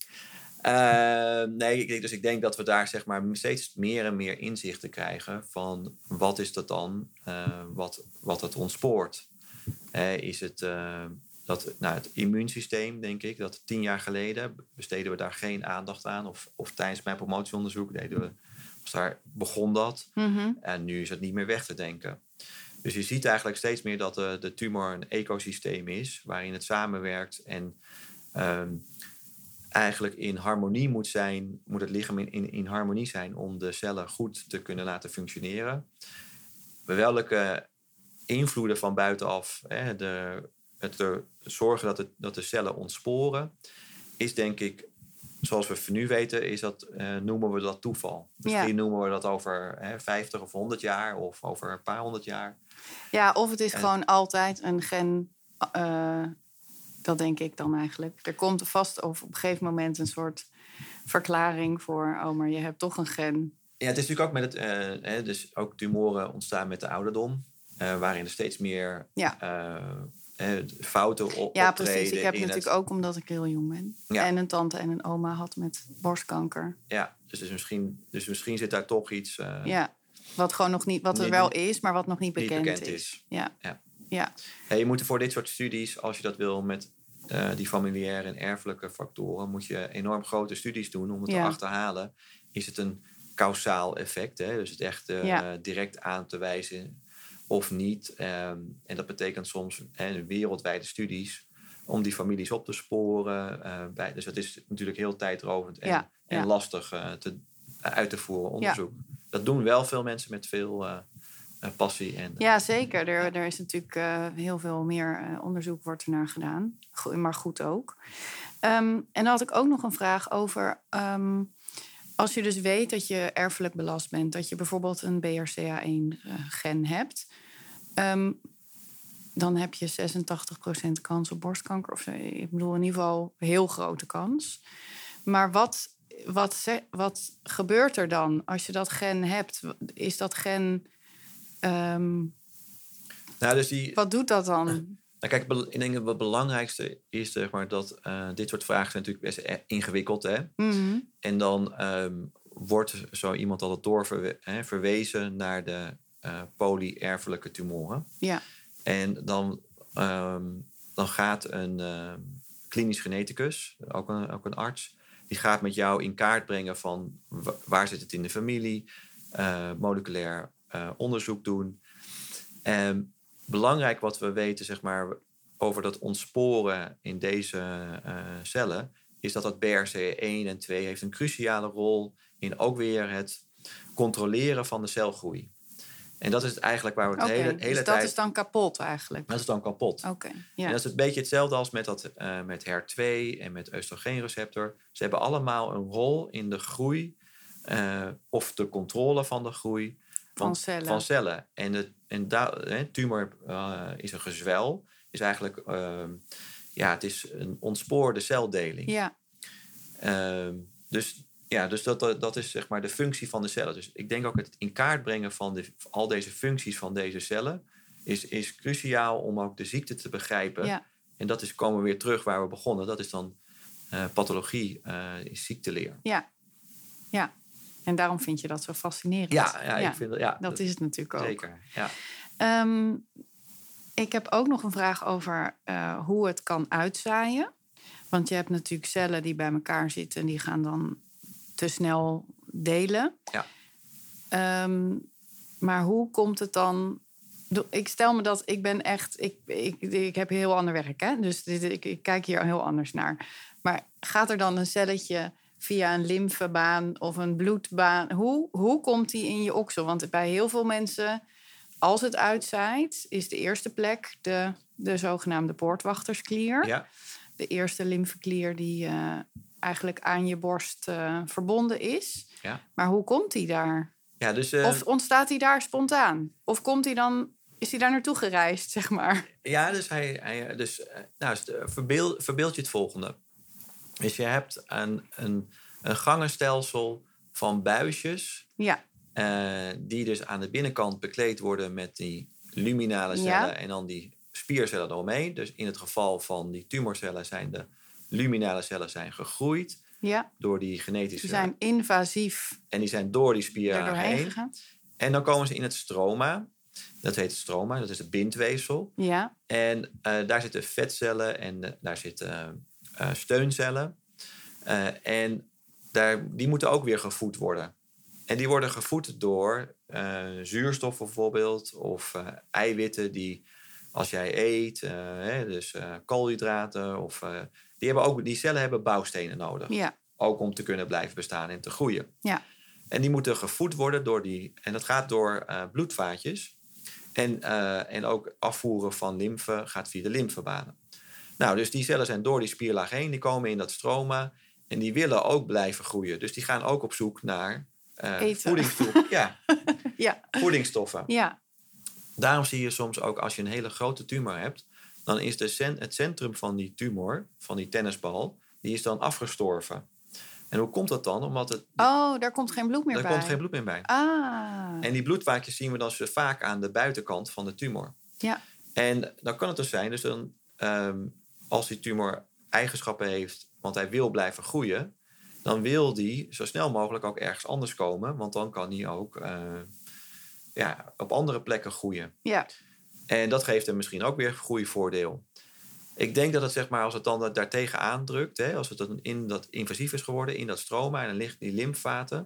Dus ik denk dat we daar zeg maar steeds meer en meer inzichten krijgen van wat is dat dan, wat het ontspoort. Is het het immuunsysteem, denk ik, dat 10 jaar geleden besteden we daar geen aandacht aan. Of tijdens mijn promotieonderzoek begon dat. Mm-hmm. En nu is het niet meer weg te denken. Dus je ziet eigenlijk steeds meer dat de tumor een ecosysteem is waarin het samenwerkt en eigenlijk in harmonie moet het lichaam in harmonie zijn om de cellen goed te kunnen laten functioneren. Welke invloeden van buitenaf, zorgen dat de cellen ontsporen, is denk ik, zoals we nu weten, noemen we dat toeval. Misschien noemen we dat over 50 of 100 jaar of over een paar 100 jaar. Ja, of het is gewoon altijd een gen. Dat denk ik dan eigenlijk. Er komt vast op een gegeven moment een soort verklaring voor, maar je hebt toch een gen. Ja, het is natuurlijk ook met het, dus ook tumoren ontstaan met de ouderdom, waarin er steeds meer fouten optreden. Ja, precies. Ik heb het natuurlijk ook omdat ik heel jong ben. Ja. En een tante en een oma had met borstkanker. Ja, dus misschien zit daar toch iets. Wat gewoon nog niet, wat er wel is, maar wat nog niet bekend is. Ja. Je moet voor dit soort studies, als je dat wil met die familiaire en erfelijke factoren, moet je enorm grote studies doen om het te achterhalen. Is het een kausaal effect? Dus het echt direct aan te wijzen of niet. En dat betekent soms wereldwijde studies om die families op te sporen. Dus dat is natuurlijk heel tijdrovend en lastig uit te voeren, onderzoek. Ja. Dat doen wel veel mensen met veel passie. Ja, zeker. Er is natuurlijk heel veel meer onderzoek wordt er naar gedaan. Maar goed ook. En dan had ik ook nog een vraag over... als je dus weet dat je erfelijk belast bent... dat je bijvoorbeeld een BRCA1-gen hebt... dan heb je 86% kans op borstkanker. Of ik bedoel in ieder geval een heel grote kans. Maar wat gebeurt er dan als je dat gen hebt? Is dat gen... wat doet dat dan? Nou, kijk, ik denk dat het belangrijkste is zeg maar, dat dit soort vragen zijn natuurlijk best ingewikkeld. Hè? Mm-hmm. En dan wordt zo iemand altijd verwezen naar de polyerfelijke tumoren. Ja. En dan gaat een klinisch geneticus, ook een arts... die gaat met jou in kaart brengen van waar zit het in de familie... moleculair onderzoek doen. Belangrijk wat we weten zeg maar, over dat ontsporen in deze cellen... is dat BRCA1 en 2 heeft een cruciale rol... in ook weer het controleren van de celgroei. En dat is het eigenlijk waar we het hele dus dat tijd... is dan kapot eigenlijk? Dat is dan kapot. Okay, ja. En dat is een beetje hetzelfde als met HER2 en met oestrogeenreceptor. Ze hebben allemaal een rol in de groei... of de controle van de groei van cellen. En tumor is een gezwel. Is eigenlijk het is een ontspoorde celdeling. Ja. Dus dat is zeg maar de functie van de cellen. Dus ik denk ook het in kaart brengen van al deze functies van deze cellen... is cruciaal om ook de ziekte te begrijpen. Ja. En komen we weer terug waar we begonnen. Dat is dan pathologie, is ziekteleer. Ja, ja. En daarom vind je dat zo fascinerend. Ja. Ik vind dat is het natuurlijk ook. Zeker, ja. Ik heb ook nog een vraag over hoe het kan uitzaaien. Want je hebt natuurlijk cellen die bij elkaar zitten... en die gaan dan te snel delen. Ja. Maar hoe komt het dan... Ik stel me dat ik ben echt... Ik heb heel ander werk, hè? Dus ik kijk hier heel anders naar. Maar gaat er dan een celletje... via een lymfebaan of een bloedbaan. Hoe komt die in je oksel? Want bij heel veel mensen, als het uitzaait... is de eerste plek de zogenaamde poortwachtersklier. Ja. De eerste lymfeklier die eigenlijk aan je borst verbonden is. Ja. Maar hoe komt die daar? Ja, dus, of ontstaat die daar spontaan? Of komt die dan... Is hij daar naartoe gereisd, zeg maar? Ja, dus verbeeld je het volgende... Dus je hebt een gangenstelsel van buisjes... Ja. Die dus aan de binnenkant bekleed worden met die luminale cellen... Ja. En dan die spiercellen eromheen. Dus in het geval van die tumorcellen zijn de luminale cellen gegroeid... Ja. Door die genetische... Die zijn invasief. En die zijn door die spieren heen gegaan. En dan komen ze in het stroma. Dat heet stroma, dat is het bindweefsel. Ja. En daar zitten vetcellen en daar zitten... steuncellen. En die moeten ook weer gevoed worden. En die worden gevoed door zuurstof bijvoorbeeld... of eiwitten die als jij eet... dus koolhydraten... die cellen hebben bouwstenen nodig. Ja. Ook om te kunnen blijven bestaan en te groeien. Ja. En die moeten gevoed worden door en dat gaat door bloedvaatjes. En ook afvoeren van lymfe gaat via de lymfebanen. Nou, dus die cellen zijn door die spierlaag heen, die komen in dat stroma en die willen ook blijven groeien. Dus die gaan ook op zoek naar voedingsstoffen. Ja. Ja. Voedingsstoffen. Ja. Daarom zie je soms ook als je een hele grote tumor hebt, dan is het centrum van die tumor, van die tennisbal, die is dan afgestorven. En hoe komt dat dan? Omdat daar komt geen bloed meer bij. Daar komt geen bloed meer bij. Ah. En die bloedvaatjes zien we dan vaak aan de buitenkant van de tumor. Ja. En dan kan het dus zijn, dus dan, als die tumor eigenschappen heeft, want hij wil blijven groeien, dan wil die zo snel mogelijk ook ergens anders komen, want dan kan hij ook op andere plekken groeien. Ja. En dat geeft hem misschien ook weer groeivoordeel. Ik denk dat het, zeg maar, als het dan daartegen aandrukt, hè, als het dan dat invasief is geworden in dat stroma en dan ligt die lymfvaten,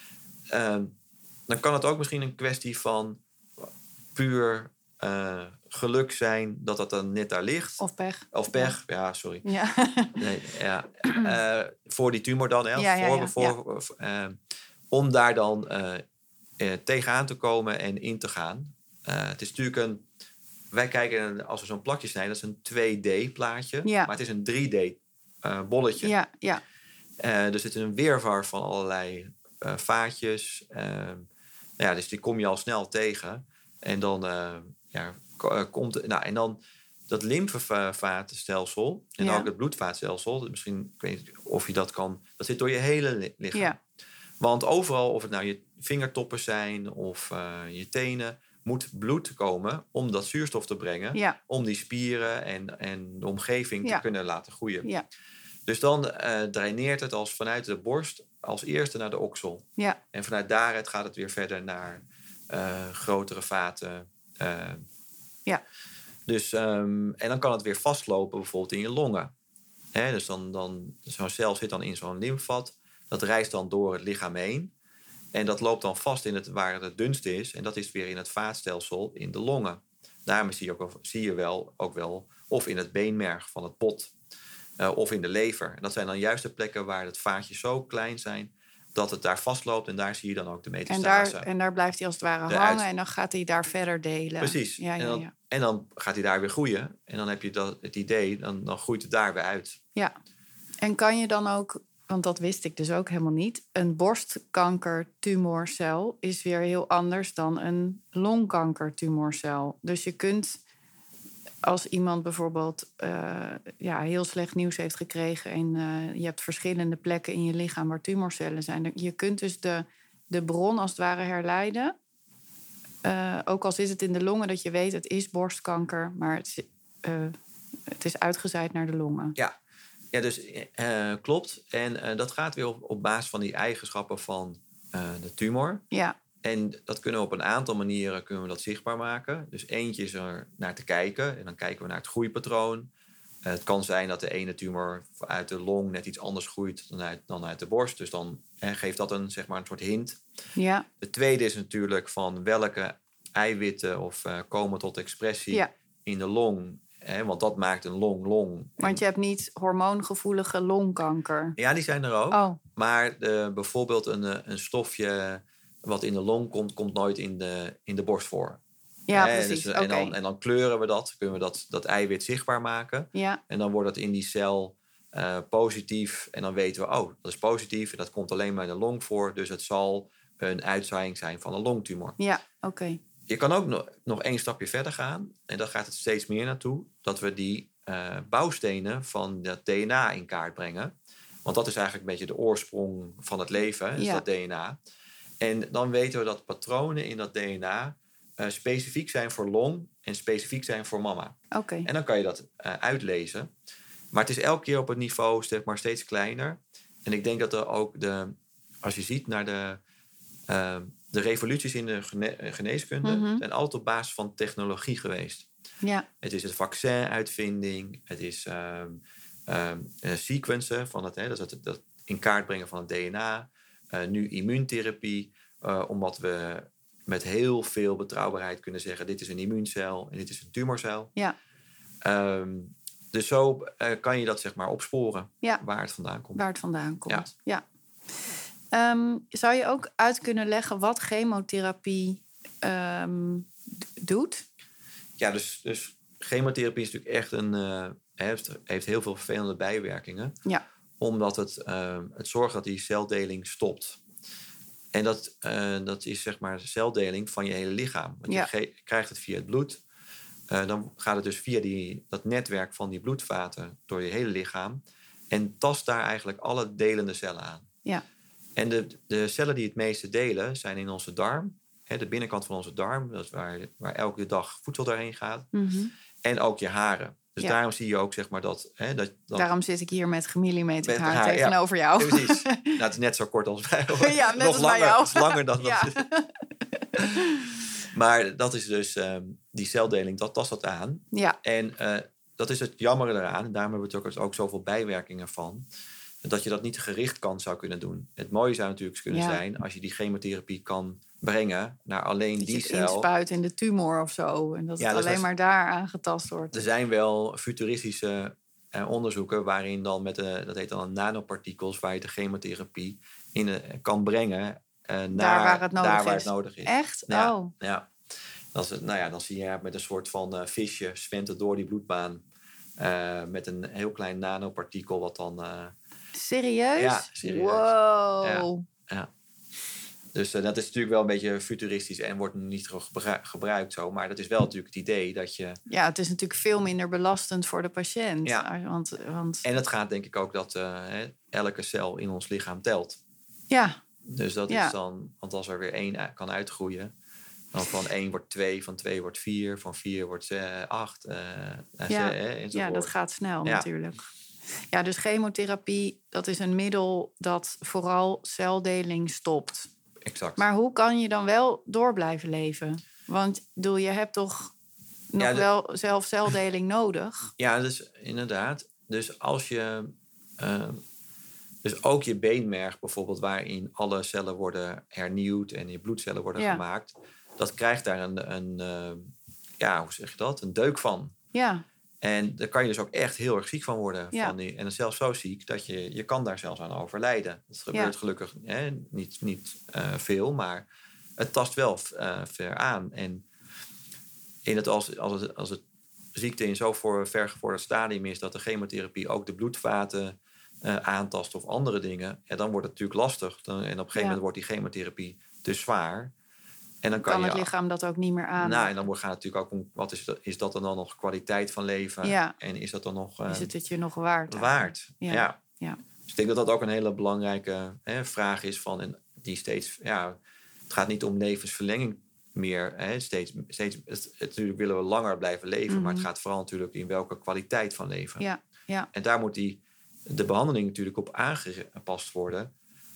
dan kan het ook misschien een kwestie van puur geluk zijn dat dat dan net daar ligt. Of pech. Of pech, ja sorry. Ja. Nee, voor die tumor dan, om daar dan tegenaan te komen en in te gaan. Het is natuurlijk wij kijken, als we zo'n plakje snijden, dat is een 2D-plaatje. Ja. Maar het is een 3D-bolletje. Ja. Dus het is een weerwar van allerlei vaatjes. Dus die kom je al snel tegen. En dan komt... en dan dat lymfevatenstelsel en ook het bloedvaatstelsel. Misschien, ik weet niet of je dat kan... Dat zit door je hele lichaam. Ja. Want overal, of het nou je vingertoppen zijn of je tenen... moet bloed komen om dat zuurstof te brengen. Ja. Om die spieren en de omgeving te kunnen laten groeien. Ja. Dus dan draineert het als vanuit de borst als eerste naar de oksel. Ja. En vanuit daaruit gaat het weer verder naar grotere vaten. Dus, en dan kan het weer vastlopen bijvoorbeeld in je longen. Dus dan zo'n cel zit dan in zo'n lymfvat. Dat reist dan door het lichaam heen. En dat loopt dan vast in waar het het dunste is. En dat is weer in het vaatstelsel in de longen. Daarom zie je ook wel of in het beenmerg van het bot. Of in de lever. En dat zijn dan juist de plekken waar het vaatjes zo klein zijn... dat het daar vastloopt en daar zie je dan ook de metastase. En daar blijft hij als het ware hangen en dan gaat hij daar verder delen. Precies. En dan gaat hij daar weer groeien. En dan heb je het idee, dan groeit het daar weer uit. Ja. En kan je dan ook, want dat wist ik dus ook helemaal niet... een borstkankertumorcel is weer heel anders dan een longkankertumorcel. Dus je kunt... Als iemand bijvoorbeeld heel slecht nieuws heeft gekregen... en je hebt verschillende plekken in je lichaam waar tumorcellen zijn... je kunt dus de bron als het ware herleiden. Ook al zit het in de longen dat je weet het is borstkanker... maar het is uitgezaaid naar de longen. Ja dus klopt. En dat gaat weer op basis van die eigenschappen van de tumor... Ja. En dat kunnen we op een aantal manieren dat zichtbaar maken. Dus eentje is er naar te kijken. En dan kijken we naar het groeipatroon. Het kan zijn dat de ene tumor uit de long net iets anders groeit dan uit de borst. Dus dan geeft dat een soort hint. Ja. De tweede is natuurlijk van welke eiwitten komen tot expressie in de long. Want dat maakt een long. Want je hebt niet hormoongevoelige longkanker. Ja, die zijn er ook. Oh. Maar bijvoorbeeld een stofje... wat in de long komt nooit in de borst voor. Ja, precies. Dus, en dan kleuren we dat. Kunnen we dat eiwit zichtbaar maken. Ja. En dan wordt dat in die cel positief. En dan weten we, dat is positief. En dat komt alleen maar in de long voor. Dus het zal een uitzaaiing zijn van een longtumor. Ja, oké. Je kan ook nog één stapje verder gaan. En daar gaat het steeds meer naartoe. Dat we die bouwstenen van dat DNA in kaart brengen. Want dat is eigenlijk een beetje de oorsprong van het leven. Is dat DNA. En dan weten we dat patronen in dat DNA specifiek zijn voor long en specifiek zijn voor mama. Okay. En dan kan je dat uitlezen. Maar het is elke keer op het niveau steeds kleiner. En ik denk dat er ook als je ziet naar de revoluties in de geneeskunde... zijn altijd op basis van technologie geweest. Ja. Het is het vaccin-uitvinding. Het is sequencen van dat in kaart brengen van het DNA... nu immuuntherapie, omdat we met heel veel betrouwbaarheid kunnen zeggen... dit is een immuuncel en dit is een tumorcel. Ja. Dus zo kan je dat opsporen waar het vandaan komt. Waar het vandaan komt, ja. Zou je ook uit kunnen leggen wat chemotherapie doet? Ja, dus chemotherapie is natuurlijk echt heeft heel veel vervelende bijwerkingen. Ja. Omdat het zorgt dat die celdeling stopt. En dat is celdeling van je hele lichaam. Want je krijgt het via het bloed. Dan gaat het dus via dat netwerk van die bloedvaten door je hele lichaam. En tast daar eigenlijk alle delende cellen aan. Ja. En de cellen die het meeste delen zijn in onze darm. De binnenkant van onze darm. Dat is waar elke dag voedsel doorheen gaat. Mm-hmm. En ook je haren. Dus daarom zie je ook dat... Daarom zit ik hier met gemillimeterd haar tegenover jou. Ja, precies. Het is net zo kort als bij jou. Ja, net als bij jou. Het is langer dan dat. Maar dat is dus die celdeling, dat tast dat aan. Ja. En dat is het jammer eraan. En daarom hebben we er ook zoveel bijwerkingen van. Dat je dat niet gericht zou kunnen doen. Het mooie zou natuurlijk kunnen zijn... als je die chemotherapie kan brengen naar alleen die cel. Dat je inspuit in de tumor of zo. En dat het alleen maar daar aangetast wordt. Er zijn wel futuristische onderzoeken... waarin dan dat heet dan nanopartikels... waar je de chemotherapie in kan brengen... daar waar het nodig waar is. Het nodig is. Echt? Ja, Oh. ja. Dan zie je met een soort van visje zwemt het door die bloedbaan. Met een heel klein nanopartikel wat dan... Serieus? Ja, serieus. Wow. Ja. Dus dat is natuurlijk wel een beetje futuristisch en wordt niet gebruikt zo. Maar dat is wel natuurlijk het idee dat je... Ja, het is natuurlijk veel minder belastend voor de patiënt. Ja. Want... En het gaat denk ik ook dat elke cel in ons lichaam telt. Ja. Dus dat is dan... Want als er weer 1 kan uitgroeien... Dan van 1 wordt 2, van 2 wordt 4, van 4 wordt 8. Ja, dat gaat snel natuurlijk. Ja, dus chemotherapie, dat is een middel dat vooral celdeling stopt. Exact. Maar hoe kan je dan wel door blijven leven? Want je hebt toch nog wel zelf celdeling nodig? Ja, dus inderdaad. Dus als je... Dus ook je beenmerg bijvoorbeeld, waarin alle cellen worden hernieuwd en je bloedcellen worden gemaakt, dat krijgt daar hoe zeg je dat? Een deuk van. Ja. En daar kan je dus ook echt heel erg ziek van worden. Ja. En zelfs zo ziek dat je kan daar zelfs aan overlijden. Dat gebeurt gelukkig niet veel, maar het tast wel ver aan. En als het ziekte in zo'n vergevorderd stadium is dat de chemotherapie ook de bloedvaten aantast of andere dingen, dan wordt het natuurlijk lastig. En op een gegeven moment wordt die chemotherapie te zwaar. En dan kan het lichaam dat ook niet meer aan. Nou, en dan gaat het natuurlijk ook om, wat is dat dan nog kwaliteit van leven? Ja. En is dat dan nog... is het je nog waard? Ja. Dus ik denk dat dat ook een hele belangrijke vraag is van... En die steeds... Ja, het gaat niet om levensverlenging meer. Steeds natuurlijk willen we langer blijven leven. Maar het gaat vooral natuurlijk in welke kwaliteit van leven. Ja. En daar moet de behandeling natuurlijk op aangepast worden.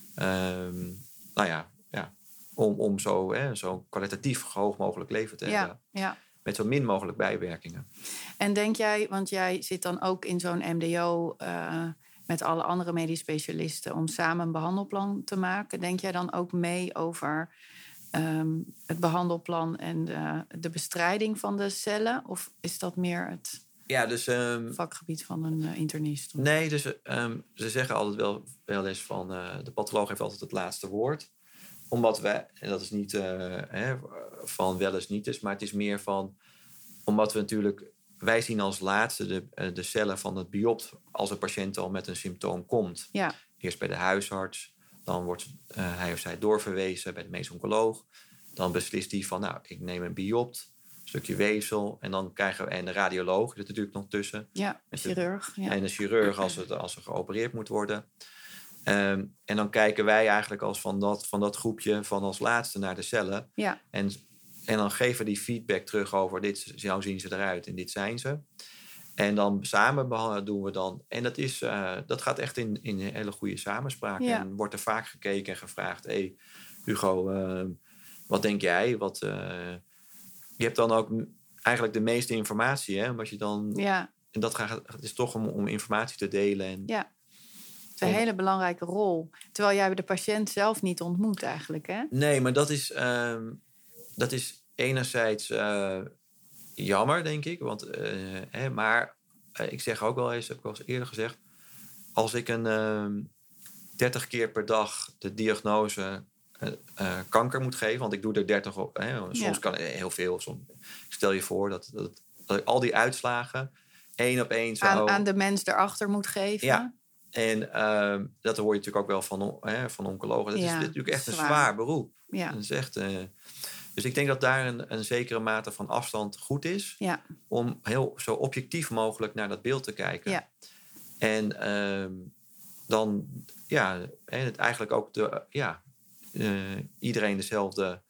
Om zo kwalitatief hoog mogelijk leven te hebben. Ja. Met zo min mogelijk bijwerkingen. En denk jij, want jij zit dan ook in zo'n MDO met alle andere medisch specialisten om samen een behandelplan te maken. Denk jij dan ook mee over het behandelplan en de bestrijding van de cellen? Of is dat meer het vakgebied van een internist? Nee, dus ze zeggen altijd wel eens van de patholoog heeft altijd het laatste woord. Omdat wij, en dat is niet van wel eens niet is, maar het is meer van, omdat we natuurlijk, wij zien als laatste de cellen van het biopt als een patiënt al met een symptoom komt. Ja. Eerst bij de huisarts, dan wordt hij of zij doorverwezen bij de medisch oncoloog. Dan beslist hij van, ik neem een biopt, een stukje weefsel. En dan krijgen we, en de radioloog zit natuurlijk nog tussen. Ja, de chirurg. En de chirurg als er geopereerd moet worden. En dan kijken wij eigenlijk als van dat groepje van als laatste naar de cellen. Ja. En dan geven we die feedback terug over zo zien ze eruit en dit zijn ze. En dan samen doen we dan. En dat gaat echt in een hele goede samenspraak. Ja. En wordt er vaak gekeken en gevraagd. Hey, Hugo, wat denk jij? Je hebt dan ook eigenlijk de meeste informatie. Hè? Omdat je dan... Ja. En het is toch om informatie te delen. En, ja. Het is een hele belangrijke rol. Terwijl jij de patiënt zelf niet ontmoet eigenlijk, hè? Nee, maar dat is enerzijds jammer, denk ik. Want, maar ik zeg ook wel eens, heb ik al eens eerder gezegd, als ik 30 keer per dag de diagnose kanker moet geven, want ik doe er 30 op. Soms kan heel veel. Stel je voor dat ik al die uitslagen 1 op 1 zo... Aan de mens erachter moet geven. Ja. En dat hoor je natuurlijk ook wel van oncologen. Dat is natuurlijk echt een zwaar beroep. Ja. Dat is echt, dus ik denk dat daar een zekere mate van afstand goed is. Ja. Om heel zo objectief mogelijk naar dat beeld te kijken. Ja. En dan eigenlijk ook iedereen dezelfde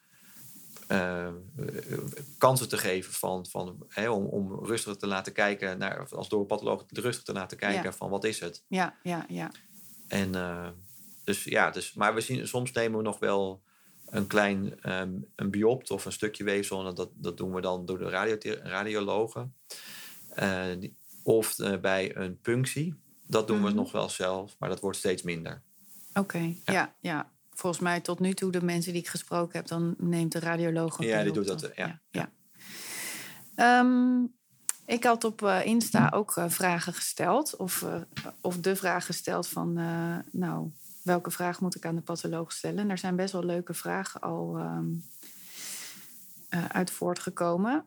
kansen te geven om rustig te laten kijken naar, als door een patholoog rustig te laten kijken van wat is het. Ja. En maar soms nemen we nog wel een klein een biopt of een stukje weefsel en dat doen we dan door de radiologen. Of bij een punctie. Dat doen we nog wel zelf, maar dat wordt steeds minder. Oké, ja. Volgens mij tot nu toe, de mensen die ik gesproken heb, dan neemt de radioloog een Ja, die doet dat, ja. Ik had op Insta ook vragen gesteld. Of de vraag gesteld van, welke vraag moet ik aan de patholoog stellen? En daar zijn best wel leuke vragen al uit voortgekomen.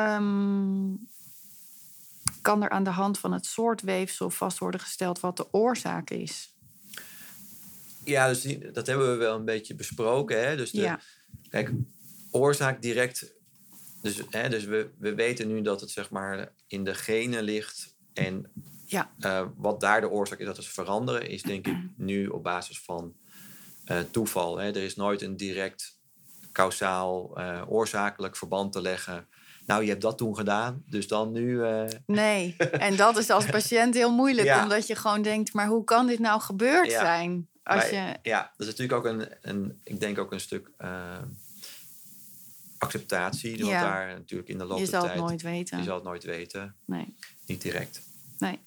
Kan er aan de hand van het soort weefsel vast worden gesteld wat de oorzaak is? Ja, dus dat hebben we wel een beetje besproken. Hè? Dus kijk, oorzaak direct. Dus we weten nu dat het zeg maar in de genen ligt. En wat daar de oorzaak is dat het veranderen, is denk ik nu op basis van toeval. Hè? Er is nooit een direct kausaal oorzakelijk verband te leggen. Nou, je hebt dat toen gedaan, dus dan nu... Nee, en dat is als patiënt heel moeilijk. Omdat je gewoon denkt, maar hoe kan dit nou gebeurd zijn? Ja, dat is natuurlijk ook ik denk ook een stuk acceptatie. Want daar natuurlijk in de loop der tijd... Je zal het nooit weten. Je zal het nooit weten. Nee. Niet direct. Nee.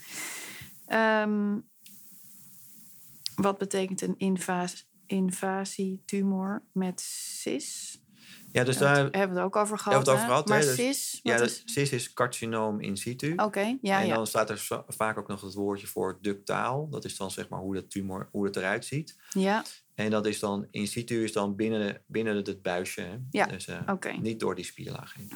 Wat betekent een invasietumor met CIS? Ja, dus daar hebben we het ook over gehad. Maar CIS? CIS is carcinoom in situ. Oké. En dan staat er vaak ook nog het woordje voor ductaal. Dat is dan zeg maar hoe het eruit ziet. Ja. En dat is dan in situ is dan binnen het buisje. Hè? Ja. Dus niet door die spierlaag heen.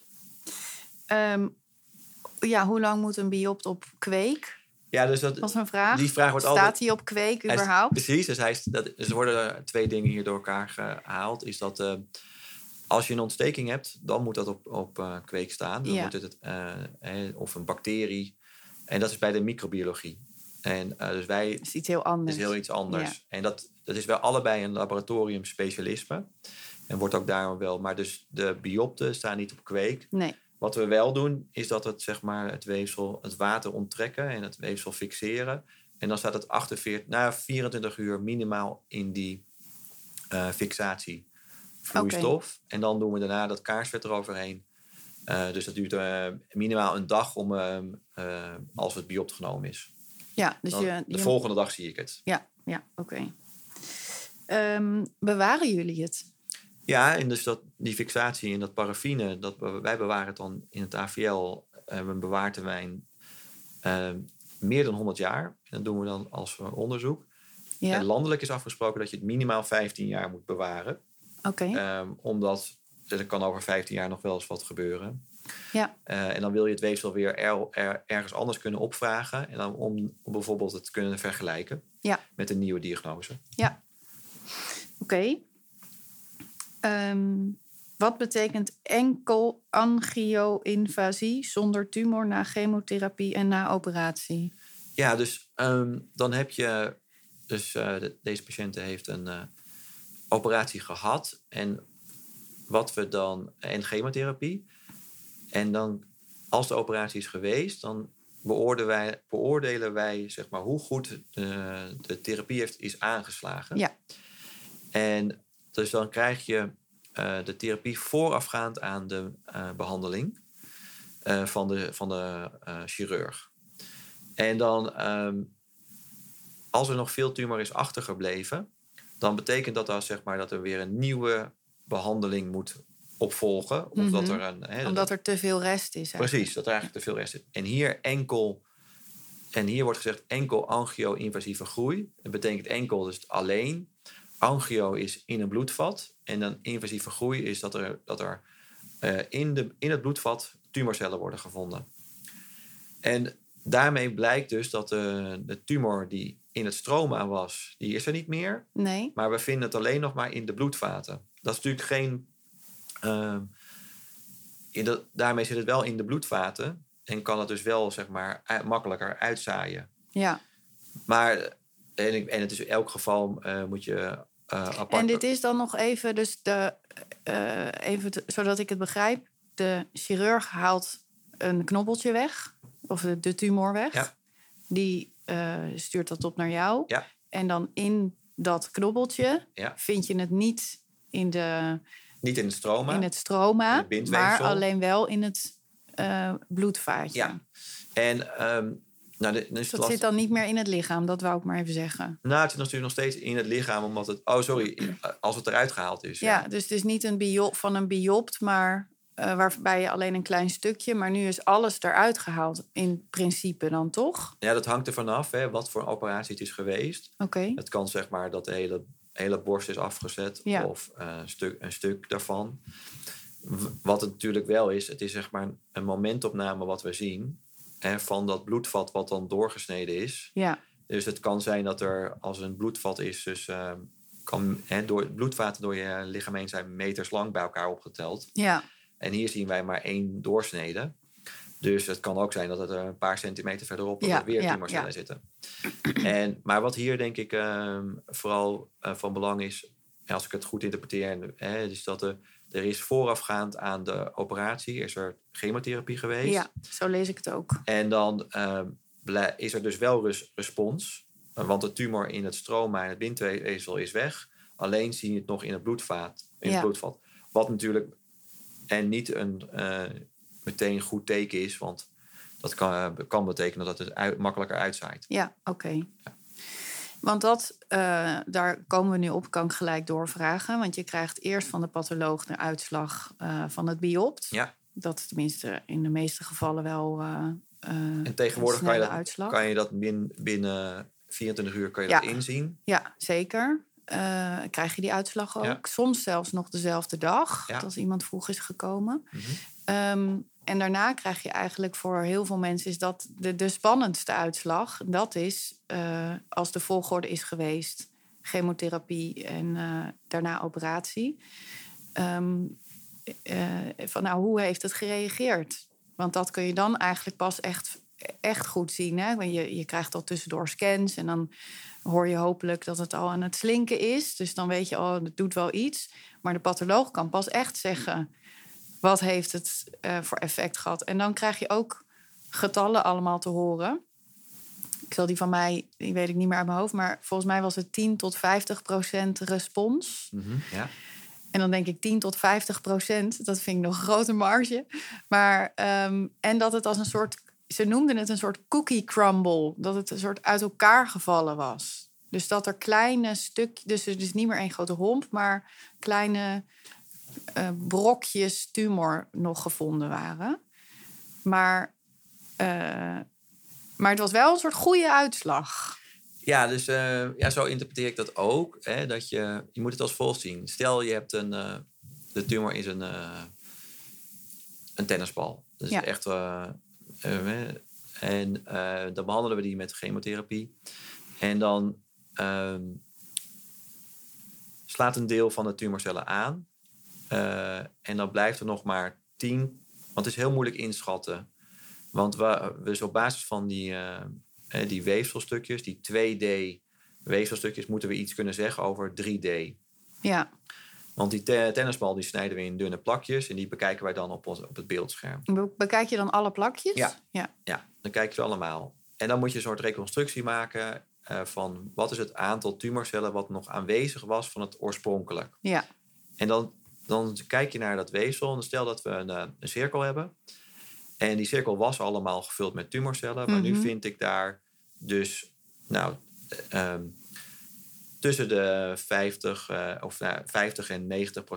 Ja. Hoe lang moet een biopt op kweek? Ja, dus dat was een vraag. Die vraag wordt Staat hij op kweek überhaupt? Precies. Dus er worden 2 dingen hier door elkaar gehaald. Is dat als je een ontsteking hebt, dan moet dat op kweek staan. Dan moet het of een bacterie. En dat is bij de microbiologie. En dus wij... Dat is iets heel anders. Dat is heel iets anders. Ja. En dat is wel allebei een laboratoriumspecialisme. En wordt ook daar wel... Maar dus de biopten staan niet op kweek. Nee. Wat we wel doen, is dat het weefsel, het water onttrekken en het weefsel fixeren. En dan staat het 24 uur minimaal in die fixatievloeistof. Okay. En dan doen we daarna dat kaarsvet eroverheen. Dus dat duurt minimaal een dag als het biopt genomen is. Ja, dus de volgende dag zie ik het. Ja, oké. Bewaren jullie het? Ja, en dus die fixatie in dat paraffine, wij bewaren het dan in het AVL, een bewaartermijn meer dan 100 jaar. En dat doen we dan als onderzoek. Ja. En landelijk is afgesproken dat je het minimaal 15 jaar moet bewaren. Oké. Omdat er kan over 15 jaar nog wel eens wat gebeuren. Ja. En dan wil je het weefsel weer ergens anders kunnen opvragen. En dan om bijvoorbeeld het te kunnen vergelijken met een nieuwe diagnose. Ja. Oké. Wat betekent enkel angio-invasie zonder tumor na chemotherapie en na operatie? Ja, dus dan heb je... Dus deze patiënt heeft een operatie gehad. En chemotherapie. En dan, als de operatie is geweest, dan beoordelen wij zeg maar, hoe goed de therapie is aangeslagen. Ja. En dus dan krijg je de therapie voorafgaand aan de behandeling van de chirurg. En dan, als er nog veel tumor is achtergebleven, dan betekent dat zeg maar, dat er weer een nieuwe behandeling moet opvolgen. Of dat er omdat er te veel rest is. Eigenlijk. Precies, dat er eigenlijk te veel rest is. En hier wordt gezegd enkel angio-invasieve groei. Dat betekent enkel dus alleen. Angio is in een bloedvat. En dan invasieve groei is dat er in het bloedvat tumorcellen worden gevonden. En daarmee blijkt dus dat de tumor die in het stroma was, die is er niet meer. Nee. Maar we vinden het alleen nog maar in de bloedvaten. Dat is natuurlijk geen... daarmee zit het wel in de bloedvaten. En kan het dus wel, zeg maar, makkelijker uitzaaien. Ja. Maar, en het is in elk geval moet je apart... En dit is dan nog even, dus zodat ik het begrijp. De chirurg haalt een knobbeltje weg. Of de tumor weg. Ja. Die stuurt dat op naar jou. Ja. En dan in dat knobbeltje vind je het niet in de... Niet in het stroma. In het stroma, maar alleen wel in het bloedvaatje. Ja. En dat zit dan niet meer in het lichaam, dat wou ik maar even zeggen. Nou, het zit natuurlijk nog steeds in het lichaam, omdat het... als het eruit gehaald is. Ja, dus het is niet een biopt, maar waarbij je alleen een klein stukje... maar nu is alles eruit gehaald in principe dan, toch? Ja, dat hangt er vanaf, hè, wat voor operatie het is geweest. Oké. Het kan zeg maar dat de hele borst is afgezet of een stuk daarvan. Wat het natuurlijk wel is, het is zeg maar een momentopname wat we zien... Hè, van dat bloedvat wat dan doorgesneden is. Ja. Dus het kan zijn dat er, als een bloedvat is... dus bloedvaten door je lichaam heen zijn meters lang bij elkaar opgeteld. Ja. En hier zien wij maar 1 doorsnede. Dus het kan ook zijn dat het er een paar centimeter verderop... weer tumorcellen zitten. Maar wat hier denk ik vooral van belang is... als ik het goed interpreteer... is dat er is voorafgaand aan de operatie... is er chemotherapie geweest. Ja, zo lees ik het ook. En dan is er dus wel respons... Want de tumor in het stroma en het bindweefsel is weg. Alleen zie je het nog in het bloedvat. Wat natuurlijk niet een meteen goed teken is. Want dat kan betekenen dat het makkelijker uitzaait. Ja, oké. Ja. Want daar komen we nu op, kan ik gelijk doorvragen. Want je krijgt eerst van de patholoog de uitslag van het biopt. Ja. Dat is tenminste in de meeste gevallen wel en tegenwoordig kan je dat binnen 24 uur kan je dat inzien. Ja, zeker. Krijg je die uitslag ook. Ja. Soms zelfs nog dezelfde dag, als iemand vroeg is gekomen. Mm-hmm. En daarna krijg je eigenlijk voor heel veel mensen... is dat de spannendste uitslag. Dat is als de volgorde is geweest... chemotherapie en daarna operatie. Hoe heeft het gereageerd? Want dat kun je dan eigenlijk pas echt goed zien. Hè? Je krijgt al tussendoor scans en dan hoor je hopelijk dat het al aan het slinken is. Dus dan weet je, het doet wel iets. Maar de patholoog kan pas echt zeggen... wat heeft het voor effect gehad? En dan krijg je ook getallen allemaal te horen. Ik zal die van mij, die weet ik niet meer uit mijn hoofd... maar volgens mij was het 10-50% respons. Mm-hmm, ja. En dan denk ik 10-50%, dat vind ik nog een grote marge. Maar, en dat het als een soort... Ze noemden het een soort cookie crumble. Dat het een soort uit elkaar gevallen was. Dus dat er kleine stukjes... Dus het is niet meer één grote homp... maar kleine brokjes tumor nog gevonden waren. Maar het was wel een soort goede uitslag. Ja, dus zo interpreteer ik dat ook. Hè, dat je moet het als volgt zien. Stel, je hebt de tumor is een tennisbal. Dat is echt... dan behandelen we die met chemotherapie. En dan slaat een deel van de tumorcellen aan. En dan blijft er nog maar 10. Want het is heel moeilijk inschatten. Want we dus op basis van die weefselstukjes, die 2D weefselstukjes, moeten we iets kunnen zeggen over 3D. Ja. Want die tennisbal die snijden we in dunne plakjes en die bekijken wij dan op het beeldscherm. Bekijk je dan alle plakjes? Ja, dan kijk je ze allemaal. En dan moet je een soort reconstructie maken van wat is het aantal tumorcellen wat nog aanwezig was van het oorspronkelijk. Ja. En dan kijk je naar dat weefsel en stel dat we een cirkel hebben. En die cirkel was allemaal gevuld met tumorcellen. Maar nu vind ik daar dus tussen de 50 en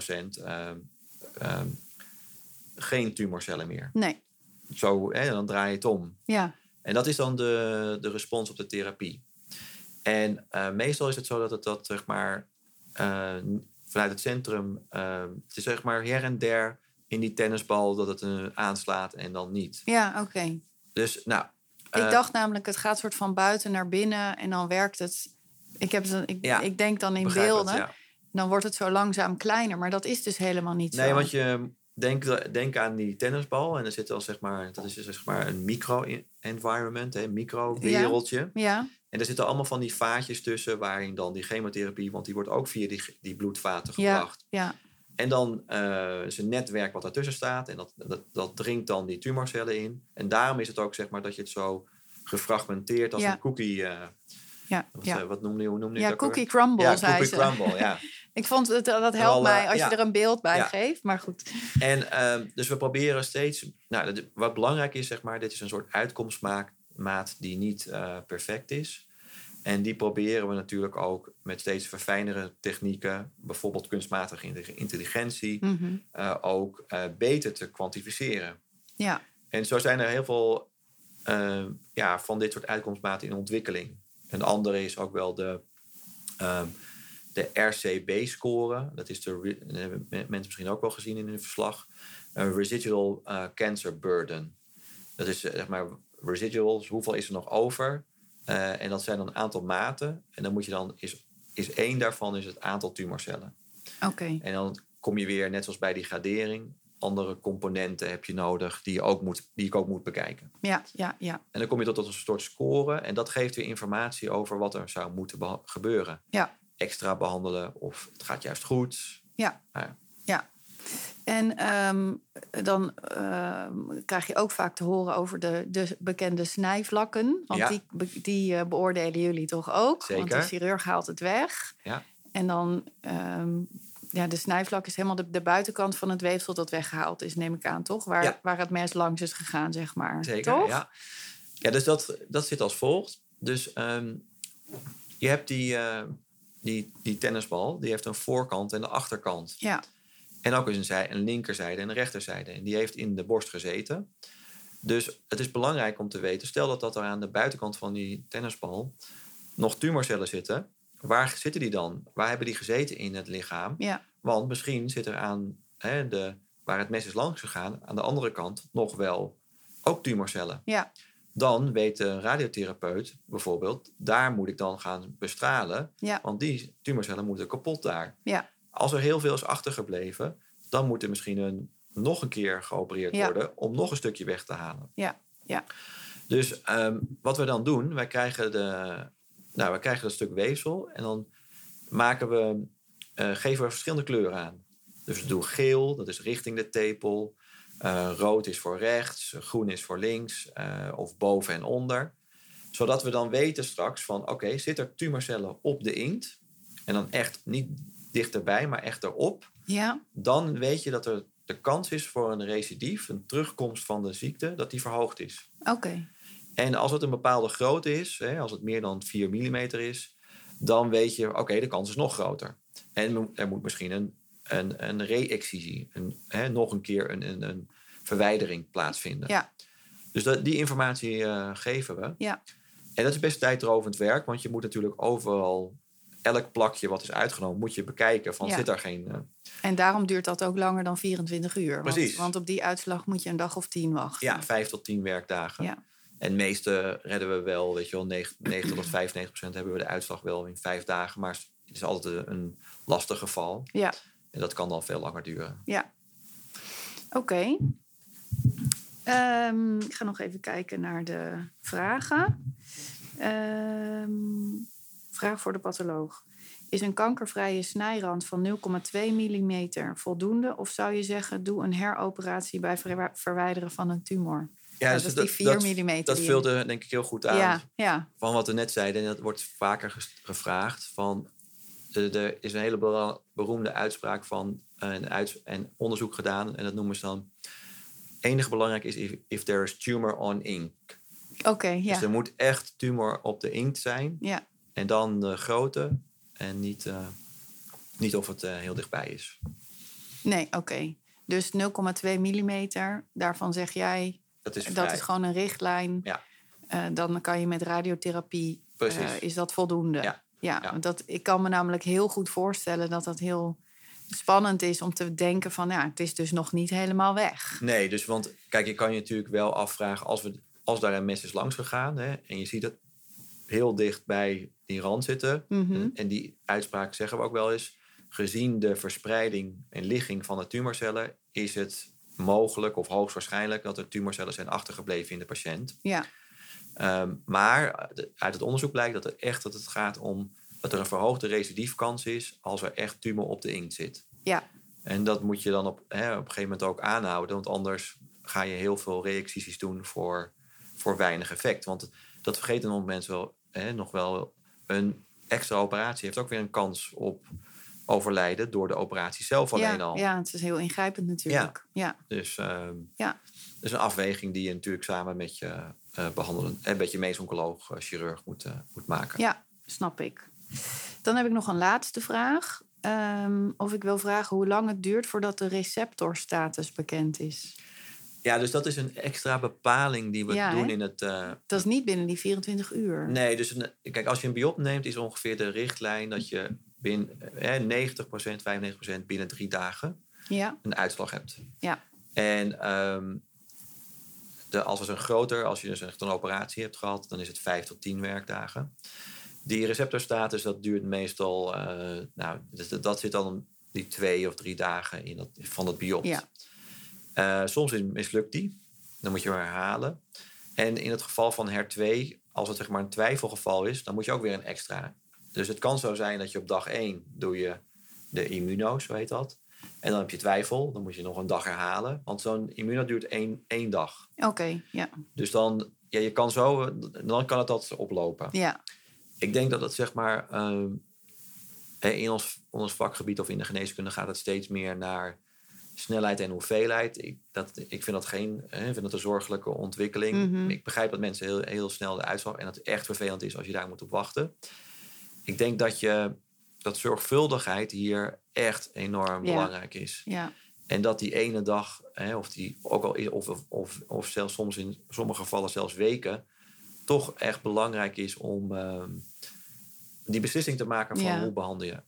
90% geen tumorcellen meer. Nee. Zo, dan draai je het om. Ja. En dat is dan de respons op de therapie. En meestal is het zo dat zeg maar vanuit het centrum... het is zeg maar her en der in die tennisbal dat het aanslaat en dan niet. Ja, oké. Dus ik dacht namelijk, het gaat soort van buiten naar binnen en dan werkt het... Ik denk dan in beelden. Het, ja. Dan wordt het zo langzaam kleiner. Maar dat is dus helemaal niet zo. Nee, want je denk aan die tennisbal. En er zit al dat is zeg maar een micro-environment, een micro-wereldje. Ja. En er zitten allemaal van die vaatjes tussen waarin dan die chemotherapie, want die wordt ook via die bloedvaten gebracht. Ja. En dan is een netwerk wat daartussen staat. En dat dringt dan die tumorcellen in. En daarom is het ook zeg maar dat je het zo gefragmenteerd als een cookie... Wat noemde je dat? Cookie crumble, zei cookie ze. Crumble, ja. Ik vond dat helpt mij als je er een beeld bij geeft, maar goed. En dus we proberen steeds... wat belangrijk is, zeg maar, dit is een soort uitkomstmaat die niet perfect is. En die proberen we natuurlijk ook met steeds verfijnere technieken, bijvoorbeeld kunstmatige intelligentie, ook beter te kwantificeren. Ja. En zo zijn er heel veel van dit soort uitkomstmaten in ontwikkeling. Een andere is ook wel de RCB-score. Dat is hebben mensen misschien ook wel gezien in hun verslag. Residual Cancer Burden. Dat is zeg maar residuals, hoeveel is er nog over? En dat zijn dan een aantal maten. En dan moet je dan, is één daarvan is het aantal tumorcellen. Oké. En dan kom je weer, net zoals bij die gradering, andere componenten heb je nodig die ik ook moet bekijken. Ja. En dan kom je tot een soort score. En dat geeft weer informatie over wat er zou moeten gebeuren. Ja. Extra behandelen of het gaat juist goed. Ja. En dan krijg je ook vaak te horen over de bekende snijvlakken. Want die beoordelen jullie toch ook? Zeker. Want de chirurg haalt het weg. Ja. En dan, de snijvlak is helemaal de buitenkant van het weefsel dat weggehaald is, neem ik aan, toch? Waar het mes langs is gegaan, zeg maar. Zeker, toch? ja. Ja, dus dat zit als volgt. Dus je hebt die tennisbal, die heeft een voorkant en een achterkant. Ja. En ook een linkerzijde en een rechterzijde. En die heeft in de borst gezeten. Dus het is belangrijk om te weten, stel dat er aan de buitenkant van die tennisbal nog tumorcellen zitten. Waar zitten die dan? Waar hebben die gezeten in het lichaam? Ja. Want misschien zit er aan waar het mes is langs gegaan, aan de andere kant nog wel ook tumorcellen. Ja. Dan weet de radiotherapeut bijvoorbeeld, daar moet ik dan gaan bestralen. Ja. Want die tumorcellen moeten kapot daar. Ja. Als er heel veel is achtergebleven, dan moet er misschien nog een keer geopereerd worden om nog een stukje weg te halen. Ja. Dus wat we dan doen, wij krijgen dat stuk weefsel en dan geven we verschillende kleuren aan. Dus we doen geel, dat is richting de tepel. Rood is voor rechts, groen is voor links of boven en onder. Zodat we dan weten straks van oké, zit er tumorcellen op de inkt? En dan echt niet dichterbij, maar echt erop. Ja. Dan weet je dat er de kans is voor een recidief, een terugkomst van de ziekte, dat die verhoogd is. Oké. En als het een bepaalde grootte is, als het meer dan 4 mm is, dan weet je, oké, de kans is nog groter. En er moet misschien een re-excisie, nog een keer een verwijdering plaatsvinden. Ja. Dus die informatie geven we. Ja. En dat is best tijdrovend werk, want je moet natuurlijk overal, elk plakje wat is uitgenomen, moet je bekijken van zit er geen... En daarom duurt dat ook langer dan 24 uur. Precies. Want op die uitslag moet je een dag of 10 wachten. Ja, 5 tot 10 werkdagen. Ja. En de meeste redden we wel, 90 tot 95% hebben we de uitslag wel in 5 dagen. Maar het is altijd een lastig geval. Ja. En dat kan dan veel langer duren. Ja. Oké. Ik ga nog even kijken naar de vragen. Vraag voor de patholoog. Is een kankervrije snijrand van 0,2 mm voldoende? Of zou je zeggen, doe een heroperatie bij verwijderen van een tumor? Ja, dus dat is die 4 mm. Dat vulde denk ik heel goed aan van wat we net zeiden. En dat wordt vaker gevraagd. Er is een hele beroemde uitspraak van een onderzoek gedaan. En dat noemen ze dan... Enig belangrijk is if there is tumor on ink. Oké. Dus er moet echt tumor op de inkt zijn. Ja. En dan de grootte. En niet of het heel dichtbij is. Nee, oké. Dus 0,2 mm, daarvan zeg jij... Dat is gewoon een richtlijn. Ja. Dan kan je met radiotherapie... is dat voldoende? Ja. Ik kan me namelijk heel goed voorstellen dat heel spannend is om te denken van... het is dus nog niet helemaal weg. Nee, dus want kijk, je kan je natuurlijk wel afvragen... als daar een mes is langs gegaan... en je ziet het heel dicht bij die rand zitten... Mm-hmm. En die uitspraak zeggen we ook wel eens... gezien de verspreiding en ligging van de tumorcellen... is het mogelijk of hoogstwaarschijnlijk... dat er tumorcellen zijn achtergebleven in de patiënt. Ja. Maar uit het onderzoek blijkt dat het gaat om... dat er een verhoogde recidiefkans is... als er echt tumor op de inkt zit. Ja. En dat moet je dan op een gegeven moment ook aanhouden... want anders ga je heel veel reexcisies doen voor weinig effect. Want dat vergeten nog mensen wel... nog wel een extra operatie heeft ook weer een kans op overlijden... door de operatie zelf alleen al. Ja, het is heel ingrijpend natuurlijk. Ja. Dus is een afweging die je natuurlijk samen met je met je medisch-oncoloog, chirurg moet maken. snap ik. Dan heb ik nog een laatste vraag. Of ik wil vragen hoe lang het duurt voordat de receptorstatus bekend is. Ja, dus dat is een extra bepaling die we doen in het... Dat is niet binnen die 24 uur. Nee, dus kijk, als je een biop neemt, is ongeveer de richtlijn dat je binnen 90%, 95% binnen 3 dagen een uitslag hebt. Ja. En als je dus echt een operatie hebt gehad, dan is het 5 tot 10 werkdagen. Die receptorstatus, dat duurt meestal... dat zit dan die 2 of 3 dagen van het biopt. Ja. Soms mislukt die. Dan moet je hem herhalen. En in het geval van HER2, als het zeg maar een twijfelgeval is, dan moet je ook weer een extra. Dus het kan zo zijn dat je op dag 1 doe je de immuno, zo heet dat. En dan heb je twijfel, dan moet je nog een dag herhalen. Want zo'n immuno duurt 1 dag. Oké, ja. Dus dan kan het dat oplopen. Ja. Ik denk dat het zeg maar in ons vakgebied of in de geneeskunde gaat het steeds meer naar snelheid en hoeveelheid. Ik vind dat een zorgelijke ontwikkeling. Mm-hmm. Ik begrijp dat mensen heel, heel snel de uitslag en dat het echt vervelend is als je daar moet op wachten. Ik denk dat zorgvuldigheid hier echt enorm belangrijk is. Ja. En dat die ene dag, of zelfs soms in sommige gevallen zelfs weken, toch echt belangrijk is om die beslissing te maken van hoe behandel je.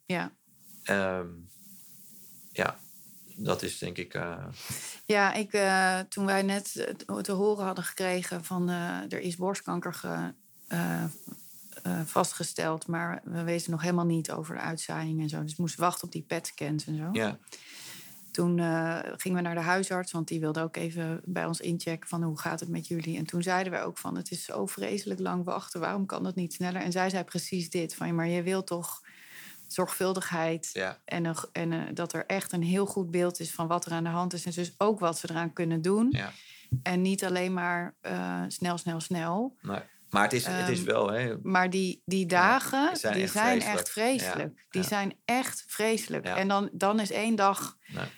Ja. Dat is denk ik... Ja, toen wij net te horen hadden gekregen van er is borstkanker vastgesteld, maar we weten nog helemaal niet over de uitzaaiing en zo. Dus we moesten wachten op die PET-scans en zo. Ja. Toen gingen we naar de huisarts, want die wilde ook even bij ons inchecken van hoe gaat het met jullie. En toen zeiden wij ook van het is zo vreselijk lang wachten, waarom kan dat niet sneller? En zij zei precies dit, van maar je wil toch zorgvuldigheid en dat er echt een heel goed beeld is van wat er aan de hand is en dus ook wat ze eraan kunnen doen. Ja. En niet alleen maar snel. Nee. Maar het is wel... Maar die dagen, die zijn echt vreselijk. Ja. Die zijn echt vreselijk. Ja. En dan is 1 dag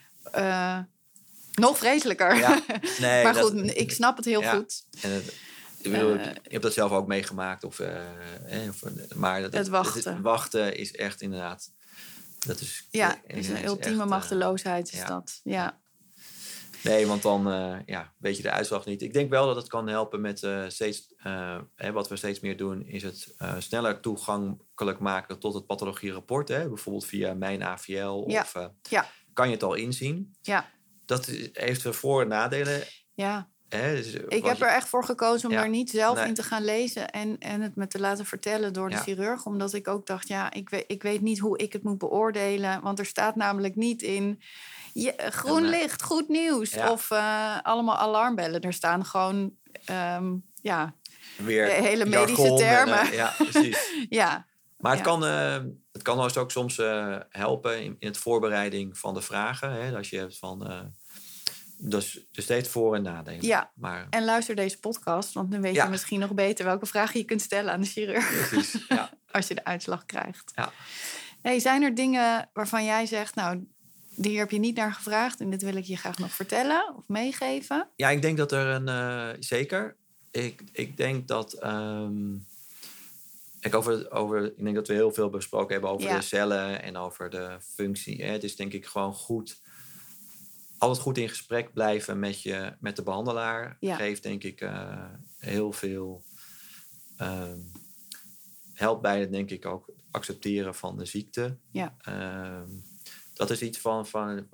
nog vreselijker. Ja. Nee, maar goed, ik snap het heel goed. En ik bedoel, je hebt dat zelf ook meegemaakt. Maar het wachten. Het wachten is echt inderdaad... Dat is, is een ultieme echt, machteloosheid is dat. Ja. Nee, want dan weet je de uitslag niet. Ik denk wel dat het kan helpen met wat we steeds meer doen, is het sneller toegankelijk maken tot het pathologiereport. Bijvoorbeeld via Mijn AVL. Kan je het al inzien. Ja. Dat heeft voor- en nadelen. Ja. Dus ik heb er echt voor gekozen om daar niet zelf in te gaan lezen en het me te laten vertellen door de chirurg. Omdat ik ook dacht, ik weet niet hoe ik het moet beoordelen. Want er staat namelijk niet in groen licht, goed nieuws. Ja. Of allemaal alarmbellen. Er staan gewoon weer hele medische termen. Ja, precies. Ja. Maar het kan ook soms helpen in het voorbereiding van de vragen. Als je hebt van... Dus steeds voor- en nadelen. Ja, en luister deze podcast, want dan weet je misschien nog beter welke vragen je kunt stellen aan de chirurg. Precies, ja. Als je de uitslag krijgt. Ja. Hey, zijn er dingen waarvan jij zegt, nou, hier heb je niet naar gevraagd en dit wil ik je graag nog vertellen of meegeven? Ja, ik denk dat er zeker. Ik denk dat... ik denk dat we heel veel besproken hebben over de cellen en over de functie. Het is denk ik gewoon goed... Altijd goed in gesprek blijven met de behandelaar. Ja. Geeft denk ik heel veel... helpt bij het denk ik ook accepteren van de ziekte. Ja. Dat is iets van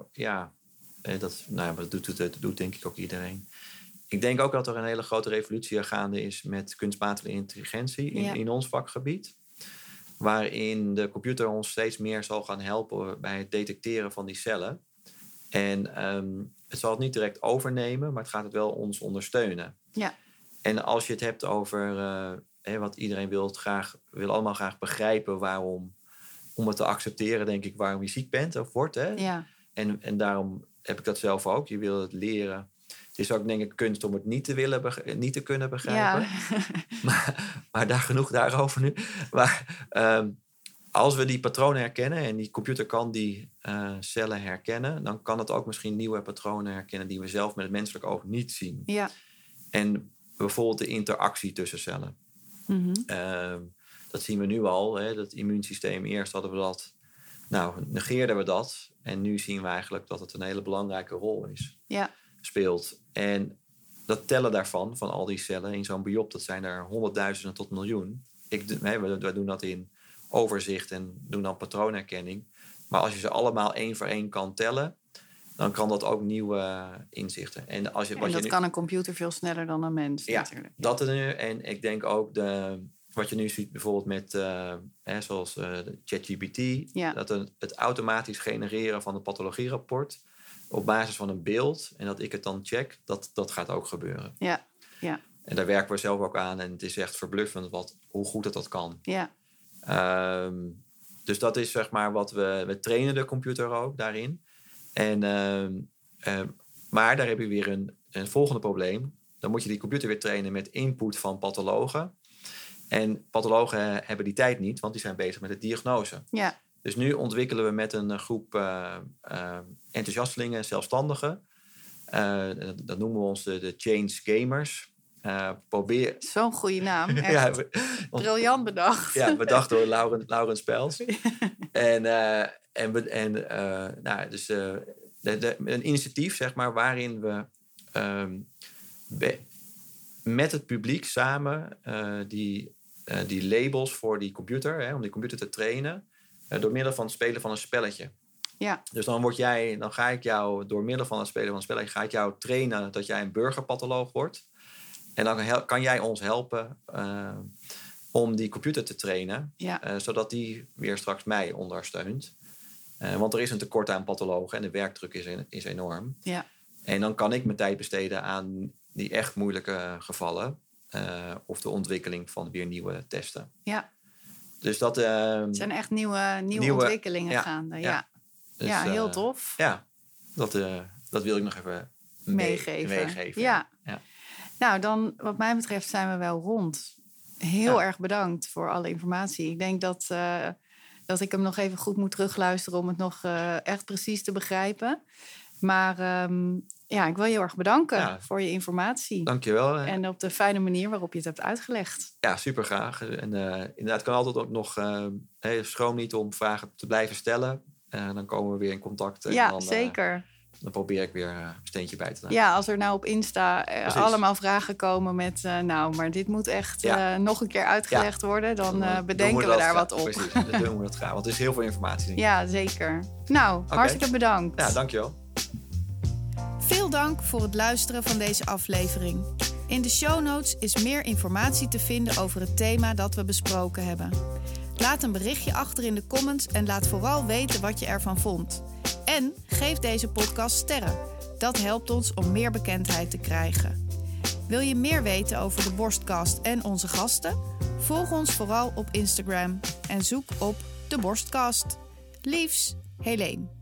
dat doet denk ik ook iedereen. Ik denk ook dat er een hele grote revolutie gaande is met kunstmatige intelligentie in ons vakgebied. Waarin de computer ons steeds meer zal gaan helpen bij het detecteren van die cellen. En het zal het niet direct overnemen, maar het gaat het wel ons ondersteunen. Ja. En als je het hebt over wat iedereen wil allemaal graag begrijpen waarom, om het te accepteren, denk ik, waarom je ziek bent of wordt. Hè? Ja. En daarom heb ik dat zelf ook. Je wil het leren. Het is ook denk ik kunst om het niet te kunnen begrijpen. Ja. maar daar genoeg daarover nu. Maar als we die patronen herkennen en die computer kan die cellen herkennen, dan kan het ook misschien nieuwe patronen herkennen die we zelf met het menselijk oog niet zien. Ja. En bijvoorbeeld de interactie tussen cellen. Mm-hmm. dat zien we nu al. Hè, dat immuunsysteem, eerst hadden we dat, negeerden we dat. En nu zien we eigenlijk dat het een hele belangrijke rol speelt. En dat tellen daarvan, van al die cellen in zo'n biop, dat zijn er 100.000 tot miljoen. We doen dat in overzicht en doen dan patroonherkenning. Maar als je ze allemaal 1 voor 1 kan tellen, dan kan dat ook nieuwe inzichten. En dat kan een computer veel sneller dan een mens natuurlijk. Dat er nu. En ik denk ook wat je nu ziet bijvoorbeeld met zoals ChatGPT, dat het automatisch genereren van een pathologieraport op basis van een beeld en dat ik het dan check, dat gaat ook gebeuren. Ja. En daar werken we zelf ook aan en het is echt verbluffend hoe goed dat kan. Ja. Dus dat is zeg maar wat we trainen de computer ook daarin. Maar daar heb je weer een volgende probleem. Dan moet je die computer weer trainen met input van pathologen. En pathologen hebben die tijd niet, want die zijn bezig met de diagnose. Ja. Dus nu ontwikkelen we met een groep enthousiastelingen en zelfstandigen. Dat noemen we ons de Change Gamers. Zo'n goede naam, echt. Briljant bedacht. Ja, bedacht door Laurens Pels. Een initiatief, zeg maar, waarin we met het publiek samen die labels voor die computer, om die computer te trainen, door middel van het spelen van een spelletje. Ja. Dus dan ga ik jou door middel van het spelen van een spelletje, ga ik jou trainen dat jij een burgerpatholoog wordt. En dan kan jij ons helpen om die computer te trainen, zodat die weer straks mij ondersteunt. Want er is een tekort aan pathologen en de werkdruk is enorm. Ja. En dan kan ik mijn tijd besteden aan die echt moeilijke gevallen of de ontwikkeling van weer nieuwe testen. Ja. Dus dat het zijn echt nieuwe ontwikkelingen gaande. Ja, dus, heel tof. Ja, dat wil ik nog even meegeven. Ja. Nou, dan wat mij betreft zijn we wel rond. Heel erg bedankt voor alle informatie. Ik denk dat ik hem nog even goed moet terugluisteren om het nog echt precies te begrijpen. Maar ik wil je heel erg bedanken voor je informatie. Dank je wel. En op de fijne manier waarop je het hebt uitgelegd. Ja, super graag. En inderdaad kan altijd ook nog schroom niet om vragen te blijven stellen. Dan komen we weer in contact. En zeker. Dan probeer ik weer een steentje bij te dragen. Ja, als er nou op Insta allemaal vragen komen met... maar dit moet echt nog een keer uitgelegd worden... dan bedenken we daar wat op. Precies, dan doen we dat graag. Want er is heel veel informatie, denk ik. Ja, zeker. Nou, hartstikke bedankt. Ja, dankjewel. Veel dank voor het luisteren van deze aflevering. In de show notes is meer informatie te vinden over het thema dat we besproken hebben. Laat een berichtje achter in de comments en laat vooral weten wat je ervan vond. En geef deze podcast sterren. Dat helpt ons om meer bekendheid te krijgen. Wil je meer weten over de Borstcast en onze gasten? Volg ons vooral op Instagram en zoek op de Borstcast. Liefs, Helene.